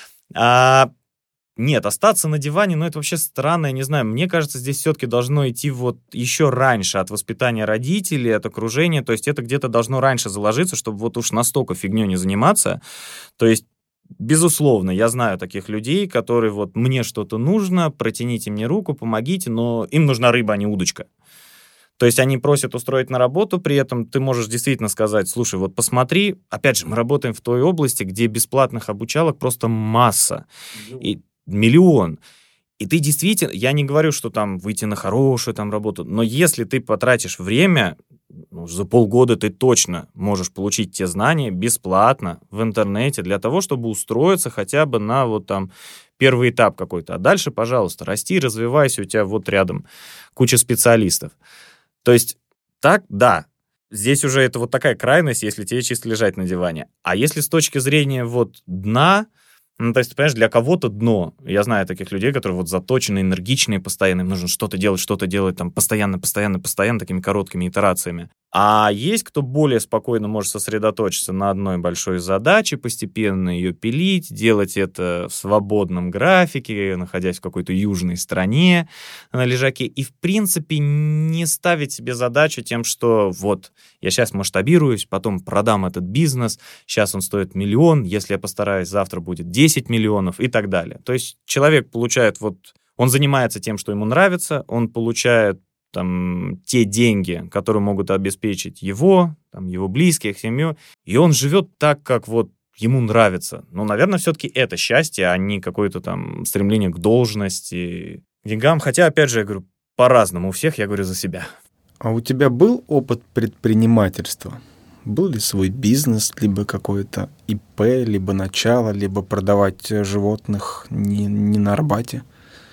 А... Нет, остаться на диване, ну, это вообще странно, я не знаю. Мне кажется, здесь все-таки должно идти вот еще раньше от воспитания родителей, от окружения. То есть это где-то должно раньше заложиться, чтобы вот уж настолько фигней не заниматься. То есть, безусловно, я знаю таких людей, которые вот мне что-то нужно, протяните мне руку, помогите, но им нужна рыба, а не удочка. То есть они просят устроить на работу, при этом ты можешь действительно сказать, слушай, вот посмотри, опять же, мы работаем в той области, где бесплатных обучалок просто масса. И миллион. И ты действительно, я не говорю, что там выйти на хорошую там работу, но если ты потратишь время, ну, за полгода ты точно можешь получить те знания бесплатно в интернете для того, чтобы устроиться хотя бы на вот там первый этап какой-то. А дальше, пожалуйста, расти, развивайся, у тебя вот рядом куча специалистов. То есть так, да, здесь уже это вот такая крайность, если тебе чисто лежать на диване. А если с точки зрения вот дна, ну, то есть, ты понимаешь, для кого-то дно. Я знаю таких людей, которые вот заточены, энергичные, постоянно им нужно что-то делать, что-то делать, там, постоянно, постоянно, постоянно, такими короткими итерациями. А есть кто более спокойно может сосредоточиться на одной большой задаче, постепенно ее пилить, делать это в свободном графике, находясь в какой-то южной стране на лежаке, и, в принципе, не ставить себе задачу тем, что вот, я сейчас масштабируюсь, потом продам этот бизнес, сейчас он стоит миллион, если я постараюсь, завтра будет десять миллионов и так далее. То есть человек получает вот, он занимается тем, что ему нравится, он получает там, те деньги, которые могут обеспечить его, там, его близких, семью, и он живет так, как вот ему нравится. Ну, наверное, все-таки это счастье, а не какое-то там стремление к должности, к деньгам. Хотя, опять же, я говорю, по-разному у всех, я говорю за себя. А у тебя был опыт предпринимательства? Был ли свой бизнес, либо какое-то ИП, либо начало, либо продавать животных не, не на Арбате?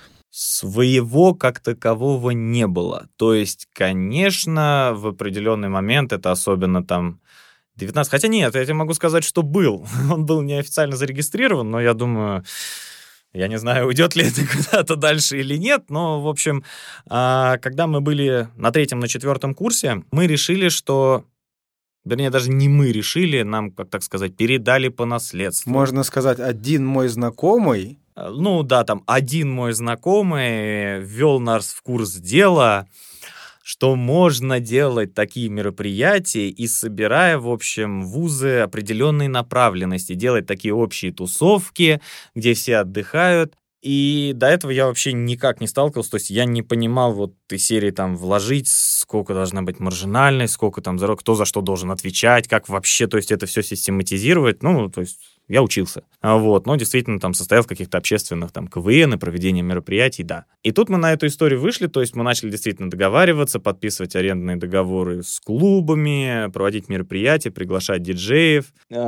Своего как такового не было. То есть, конечно, в определенный момент, это особенно там девятнадцать... Хотя нет, я тебе могу сказать, что был. Он был неофициально зарегистрирован, но я думаю... Я не знаю, уйдет ли это куда-то дальше или нет, но, в общем, когда мы были на третьем, на четвертом курсе, мы решили, что... Вернее, даже не мы решили, нам, как так сказать, передали по наследству. Можно сказать, один мой знакомый... Ну да, там один мой знакомый ввел нас в курс дела, что можно делать такие мероприятия и, собирая, в общем, вузы определенной направленности, делать такие общие тусовки, где все отдыхают. И до этого я вообще никак не сталкивался, то есть я не понимал вот из серии там вложить, сколько должна быть маржинальность, сколько там за кто за что должен отвечать, как вообще, то есть это все систематизировать, ну, то есть я учился, вот, но действительно там состоял в каких-то общественных там КВН и проведении мероприятий, да. И тут мы на эту историю вышли, то есть мы начали действительно договариваться, подписывать арендные договоры с клубами, проводить мероприятия, приглашать диджеев.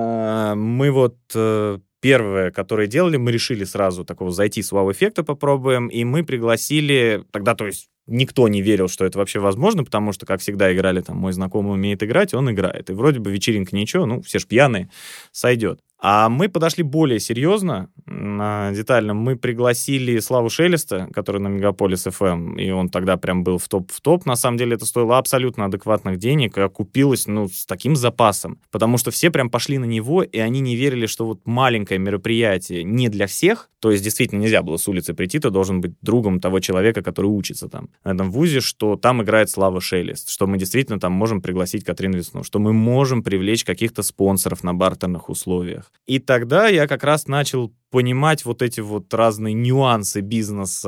Мы вот... Первое, которое делали, мы решили сразу такого зайти с вау-эффекта попробуем, и мы пригласили, тогда, то есть, никто не верил, что это вообще возможно, потому что, как всегда, играли там, мой знакомый умеет играть, он играет. И вроде бы вечеринка ничего, ну, все ж пьяные, сойдет. А мы подошли более серьезно, детально. Мы пригласили Славу Шелеста, который на Мегаполис эф эм, и он тогда прям был в топ в топ. На самом деле это стоило абсолютно адекватных денег, и окупилось, ну, с таким запасом. Потому что все прям пошли на него, и они не верили, что вот маленькое мероприятие не для всех, то есть действительно нельзя было с улицы прийти, ты должен быть другом того человека, который учится там на этом вузе, что там играет Слава Шелест, что мы действительно там можем пригласить Катрин Весну, что мы можем привлечь каких-то спонсоров на бартерных условиях. И тогда я как раз начал понимать вот эти вот разные нюансы бизнеса,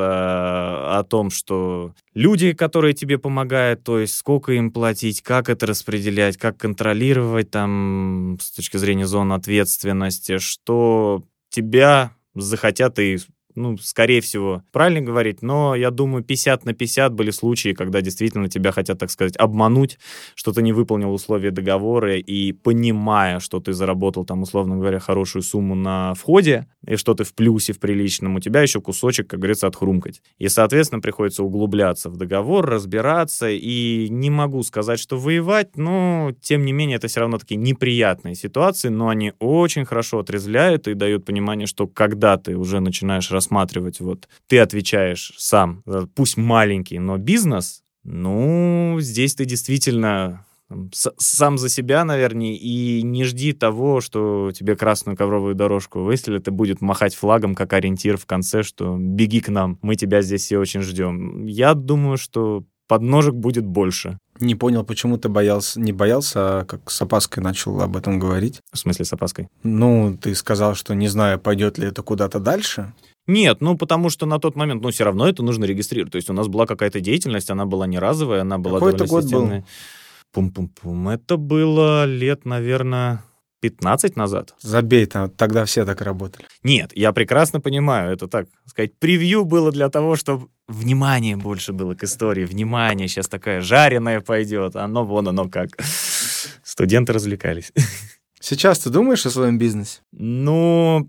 о том, что люди, которые тебе помогают, то есть сколько им платить, как это распределять, как контролировать там с точки зрения зон ответственности, что тебя захотят и... Ну, скорее всего, правильно говорить, но, я думаю, пятьдесят на пятьдесят были случаи, когда действительно тебя хотят, так сказать, обмануть, что ты не выполнил условия договора, и понимая, что ты заработал там, условно говоря, хорошую сумму на входе, и что ты в плюсе, в приличном, у тебя еще кусочек, как говорится, отхрумкать. И, соответственно, приходится углубляться в договор, разбираться, и не могу сказать, что воевать, но, тем не менее, это все равно такие неприятные ситуации, но они очень хорошо отрезвляют и дают понимание, что когда ты уже начинаешь рассматривать рассматривать, вот, ты отвечаешь сам, пусть маленький, но бизнес, ну, здесь ты действительно там, с- сам за себя, наверное, и не жди того, что тебе красную ковровую дорожку выстелят и будет махать флагом как ориентир в конце, что беги к нам, мы тебя здесь все очень ждем. Я думаю, что подножек будет больше. Не понял, почему ты боялся, не боялся, а как с опаской начал об этом говорить. В смысле с опаской? Ну, ты сказал, что не знаю, пойдет ли это куда-то дальше. Нет, ну, потому что на тот момент, ну, все равно это нужно регистрировать. То есть у нас была какая-то деятельность, она была не разовая, она была Какой довольно это год системная. был? Пум-пум-пум. Это было лет, наверное, пятнадцать назад. Забей, там, тогда все так работали. Нет, я прекрасно понимаю, это, так сказать, превью было для того, чтобы внимание больше было к истории, внимание, сейчас такая жареная пойдет, оно вон оно как. Студенты развлекались. Сейчас ты думаешь о своем бизнесе? Ну,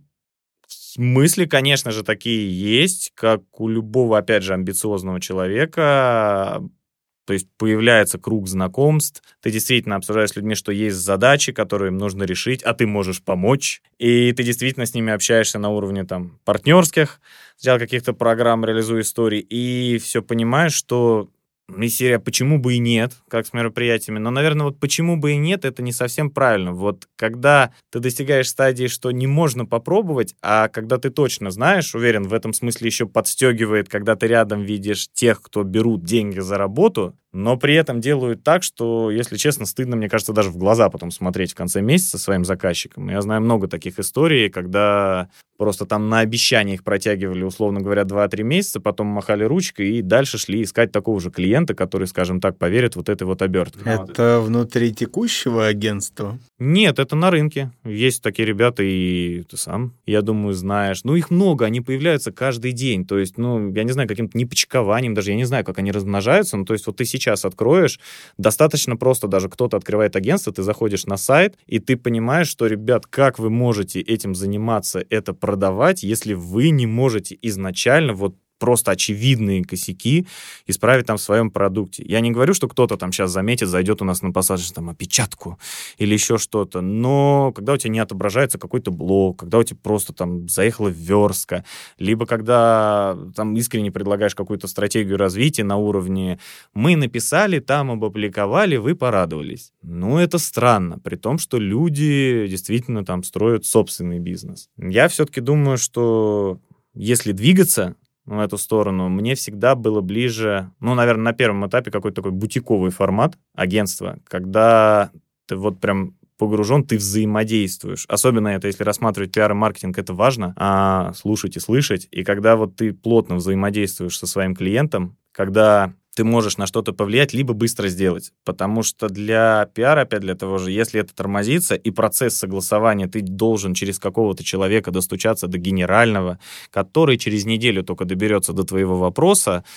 мысли, конечно же, такие есть, как у любого, опять же, амбициозного человека. То есть появляется круг знакомств, ты действительно обсуждаешь с людьми, что есть задачи, которые им нужно решить, а ты можешь помочь. И ты действительно с ними общаешься на уровне там партнерских, взял каких-то программ, реализуя истории, и все понимаешь, что из серии «почему бы и нет», как с мероприятиями. Но, наверное, вот «почему бы и нет» — это не совсем правильно. Вот когда ты достигаешь стадии, что не можно попробовать, а когда ты точно знаешь, уверен, в этом смысле еще подстегивает, когда ты рядом видишь тех, кто берут деньги за работу, но при этом делают так, что, если честно, стыдно, мне кажется, даже в глаза потом смотреть в конце месяца своим заказчикам. Я знаю много таких историй, когда просто там на обещаниях протягивали, условно говоря, два-три месяца, потом махали ручкой и дальше шли искать такого же клиента, который, скажем так, поверит вот этой вот обертке. Это внутри текущего агентства? Нет, это на рынке. Есть такие ребята, и ты сам, я думаю, знаешь. Ну, их много, они появляются каждый день. То есть, ну, я не знаю, каким-то непочкованием, даже я не знаю, как они размножаются. Ну, то есть, вот ты сейчас откроешь, достаточно просто даже кто-то открывает агентство, ты заходишь на сайт, и ты понимаешь, что, ребят, как вы можете этим заниматься, это продавать, если вы не можете изначально вот просто очевидные косяки исправить там в своем продукте. Я не говорю, что кто-то там сейчас заметит, зайдет у нас на пассаж, там, опечатку или еще что-то, но когда у тебя не отображается какой-то блок, когда у тебя просто там заехала верстка, либо когда там искренне предлагаешь какую-то стратегию развития на уровне «мы написали, там опубликовали, вы порадовались». Ну, это странно, при том, что люди действительно там строят собственный бизнес. Я все-таки думаю, что если двигаться в эту сторону, мне всегда было ближе, ну, наверное, на первом этапе какой-то такой бутиковый формат агентства, когда ты вот прям погружен, ты взаимодействуешь. Особенно это, если рассматривать пиар и маркетинг, это важно, а слушать и слышать. И когда вот ты плотно взаимодействуешь со своим клиентом, когда ты можешь на что-то повлиять, либо быстро сделать. Потому что для пиара, опять для того же, если это тормозится, и процесс согласования, ты должен через какого-то человека достучаться до генерального, который через неделю только доберется до твоего вопроса,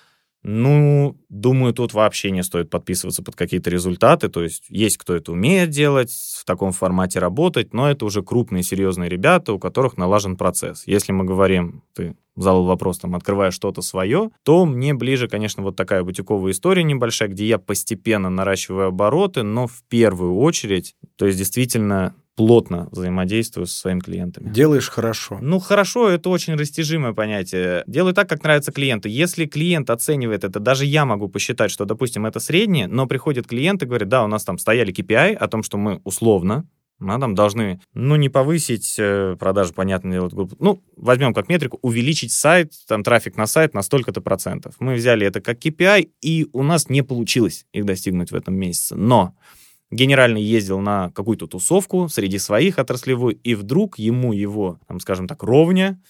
ну, думаю, тут вообще не стоит подписываться под какие-то результаты. То есть есть кто это умеет делать, в таком формате работать, но это уже крупные, серьезные ребята, у которых налажен процесс. Если мы говорим, ты задал вопрос, там, открывая что-то свое, то мне ближе, конечно, вот такая бутиковая история небольшая, где я постепенно наращиваю обороты, но в первую очередь, то есть действительно плотно взаимодействую со своими клиентами. Делаешь хорошо. Ну, хорошо, это очень растяжимое понятие. Делай так, как нравится клиенту. Если клиент оценивает это, даже я могу посчитать, что, допустим, это среднее, но приходит клиент и говорит, да, у нас там стояли кей пи ай о том, что мы условно, мы там должны, ну, не повысить э, продажи, понятно дело, группу. Ну, возьмем как метрику, увеличить сайт, там, трафик на сайт на столько-то процентов. Мы взяли это как кей пи ай, и у нас не получилось их достигнуть в этом месяце. Но генеральный ездил на какую-то тусовку среди своих отраслевой, и вдруг ему его, там, скажем так, ровня,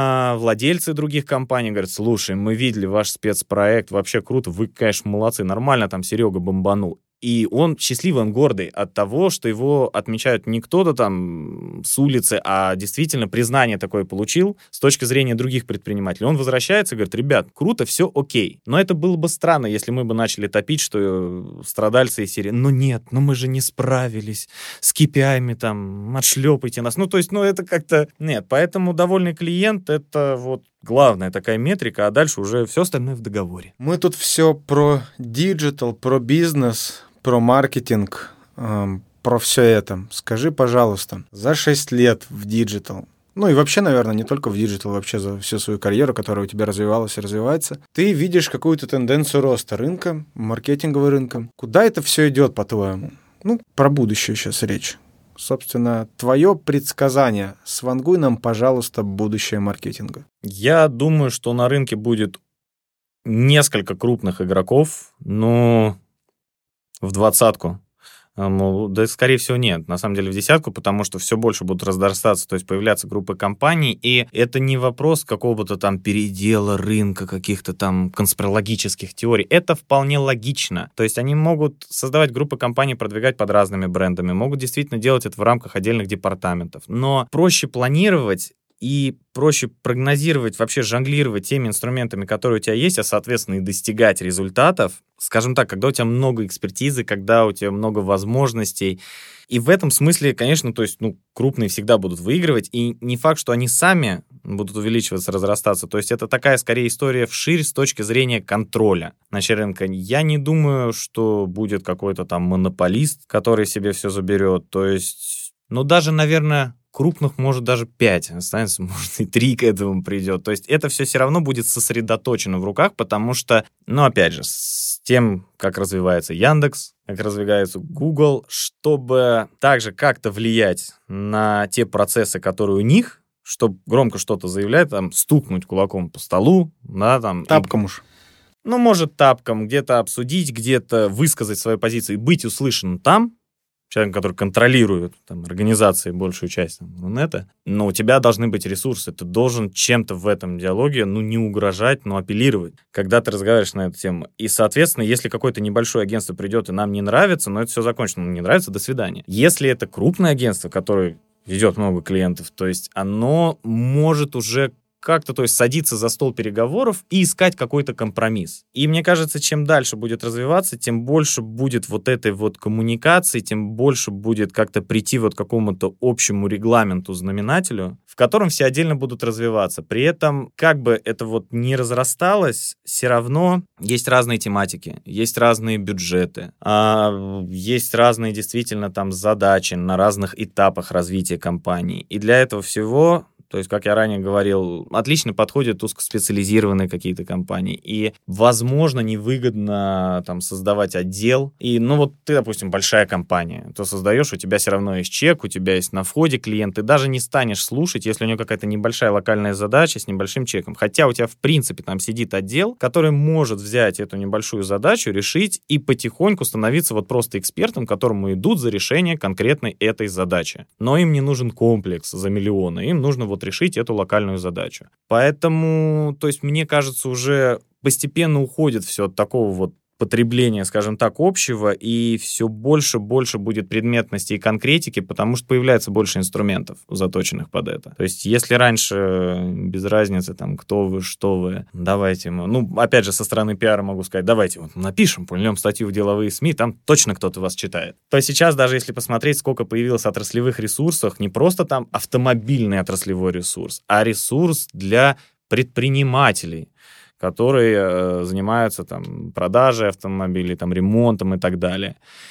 а владельцы других компаний говорят, слушай, мы видели ваш спецпроект, вообще круто, вы, конечно, молодцы, нормально там Серега бомбанул. И он счастливый, он гордый от того, что его отмечают не кто-то там с улицы, а действительно признание такое получил с точки зрения других предпринимателей. Он возвращается и говорит, ребят, круто, все окей. Но это было бы странно, если мы бы начали топить, что страдальцы из серии, ну нет, ну мы же не справились с кей пи ай-ми, там, отшлепайте нас. Ну, то есть, ну это как-то... Нет, поэтому довольный клиент — это вот главная такая метрика, а дальше уже все остальное в договоре. Мы тут все про диджитал, про бизнес, про маркетинг, эм, про все это. Скажи, пожалуйста, за шесть лет в диджитал, ну и вообще, наверное, не только в диджитал, вообще за всю свою карьеру, которая у тебя развивалась и развивается, ты видишь какую-то тенденцию роста рынка, маркетингового рынка. Куда это все идет, по-твоему? Ну, про будущее сейчас речь. Собственно, твое предсказание. Свангуй нам, пожалуйста, будущее маркетинга. Я думаю, что на рынке будет несколько крупных игроков, но в двадцатку Ну, да, скорее всего, нет. На самом деле в десятку, потому что все больше будут разрастаться, то есть появляться группы компаний, и это не вопрос какого-то там передела рынка, каких-то там конспирологических теорий. Это вполне логично. То есть они могут создавать группы компаний, продвигать под разными брендами, могут действительно делать это в рамках отдельных департаментов. Но проще планировать и проще прогнозировать, вообще жонглировать теми инструментами, которые у тебя есть, а, соответственно, и достигать результатов, скажем так, когда у тебя много экспертизы, когда у тебя много возможностей. И в этом смысле, конечно, то есть, ну, крупные всегда будут выигрывать, и не факт, что они сами будут увеличиваться, разрастаться. То есть это такая, скорее, история вширь с точки зрения контроля значит, рынка. Я не думаю, что будет какой-то там монополист, который себе все заберет. То есть, ну, даже, наверное, крупных может даже пять, останется, может, и три к этому придет. То есть это все все равно будет сосредоточено в руках, потому что, ну, опять же, с тем, как развивается Яндекс, как развивается Google, чтобы также как-то влиять на те процессы, которые у них, чтобы громко что-то заявлять, там, стукнуть кулаком по столу, да, там... Тапком уж. Ну, может, тапком, где-то обсудить, где-то высказать свою позицию и быть услышанным там, человек, который контролирует там, организации большую часть там, Рунета, но у тебя должны быть ресурсы. Ты должен чем-то в этом диалоге, ну, не угрожать, но апеллировать, когда ты разговариваешь на эту тему. И, соответственно, если какое-то небольшое агентство придет и нам не нравится, но это все закончено, ну, не нравится, до свидания. Если это крупное агентство, которое ведет много клиентов, то есть оно может уже как-то, то есть садиться за стол переговоров и искать какой-то компромисс. И мне кажется, чем дальше будет развиваться, тем больше будет вот этой вот коммуникации, тем больше будет как-то прийти вот к какому-то общему регламенту, знаменателю, в котором все отдельно будут развиваться. При этом, как бы это вот не разрасталось, все равно есть разные тематики, есть разные бюджеты, есть разные действительно там задачи на разных этапах развития компании. И для этого всего... То есть, как я ранее говорил, отлично подходят узкоспециализированные какие-то компании. И, возможно, невыгодно там создавать отдел. И, ну, вот ты, допустим, большая компания, то создаешь, у тебя все равно есть чек, у тебя есть на входе клиент. Ты даже не станешь слушать, если у него какая-то небольшая локальная задача с небольшим чеком. Хотя у тебя, в принципе, там сидит отдел, который может взять эту небольшую задачу, решить и потихоньку становиться вот просто экспертом, которому идут за решение конкретной этой задачи. Но им не нужен комплекс за миллионы, им нужно вот решить эту локальную задачу. Поэтому, то есть, мне кажется, уже постепенно уходит все от такого вот потребления, скажем так, общего, и все больше-больше будет предметности и конкретики, потому что появляется больше инструментов, заточенных под это. То есть, если раньше без разницы, там, кто вы, что вы, давайте мы... Ну, опять же, со стороны пиара могу сказать, давайте вот напишем, пульнем статью в деловые СМИ, там точно кто-то вас читает. То сейчас, даже если посмотреть, сколько появилось отраслевых ресурсов, не просто там автомобильный отраслевой ресурс, а ресурс для предпринимателей, которые э, занимаются там, продажей автомобилей, там, ремонтом и так далее.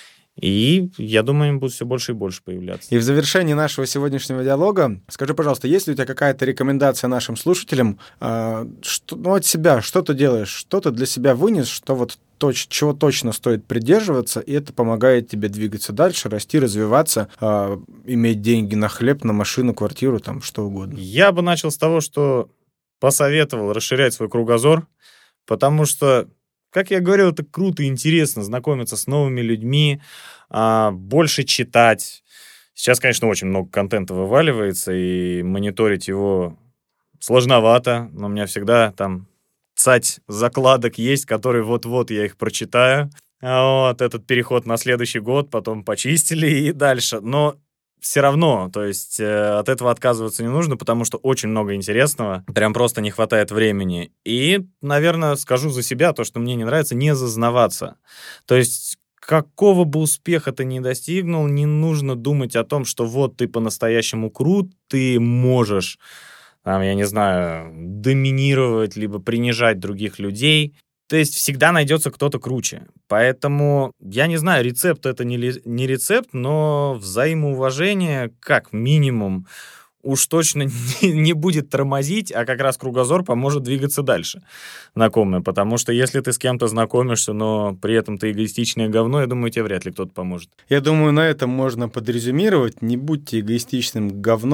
И я думаю, им будет все больше и больше появляться. И в завершении нашего сегодняшнего диалога скажи, пожалуйста, есть ли у тебя какая-то рекомендация нашим слушателям, э, что, ну, от себя, что ты делаешь, что ты для себя вынес, что вот точ, чего точно стоит придерживаться, и это помогает тебе двигаться дальше, расти, развиваться, э, иметь деньги на хлеб, на машину, квартиру, там, что угодно? Я бы начал с того, что посоветовал расширять свой кругозор, потому что, как я говорил, это круто и интересно знакомиться с новыми людьми, больше читать. Сейчас, конечно, очень много контента вываливается, и мониторить его сложновато, но у меня всегда там цать закладок есть, которые вот-вот я их прочитаю. Вот этот переход на следующий год, потом почистили и дальше. Но все равно, то есть э, от этого отказываться не нужно, потому что очень много интересного, прям просто не хватает времени. И, наверное, скажу за себя, то, что мне не нравится, не зазнаваться. То есть какого бы успеха ты ни достигнул, не нужно думать о том, что вот ты по-настоящему крут, ты можешь, там, я не знаю, доминировать, либо принижать других людей. То есть всегда найдется кто-то круче. Поэтому, я не знаю, рецепт это не, ли, не рецепт, но взаимоуважение, как минимум, уж точно не, не будет тормозить, а как раз кругозор поможет двигаться дальше знакомые. Потому что если ты с кем-то знакомишься, но при этом ты эгоистичное говно, я думаю, тебе вряд ли кто-то поможет. Я думаю, на этом можно подрезюмировать. Не будьте эгоистичным говном,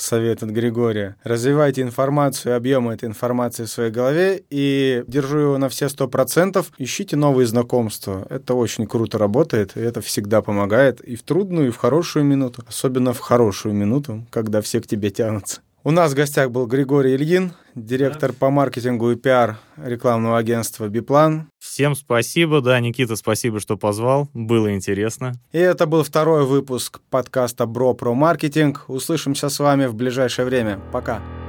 совет от Григория. Развивайте информацию, объемы этой информации в своей голове и держу его на все сто процентов. Ищите новые знакомства. Это очень круто работает, и это всегда помогает и в трудную, и в хорошую минуту. Особенно в хорошую минуту, когда все к тебе тянутся. У нас в гостях был Григорий Ильин, директор да. по маркетингу и пиар рекламного агентства «Биплан». Всем спасибо, да, Никита, спасибо, что позвал, было интересно. И это был второй выпуск подкаста «Бро про маркетинг». Услышимся с вами в ближайшее время. Пока.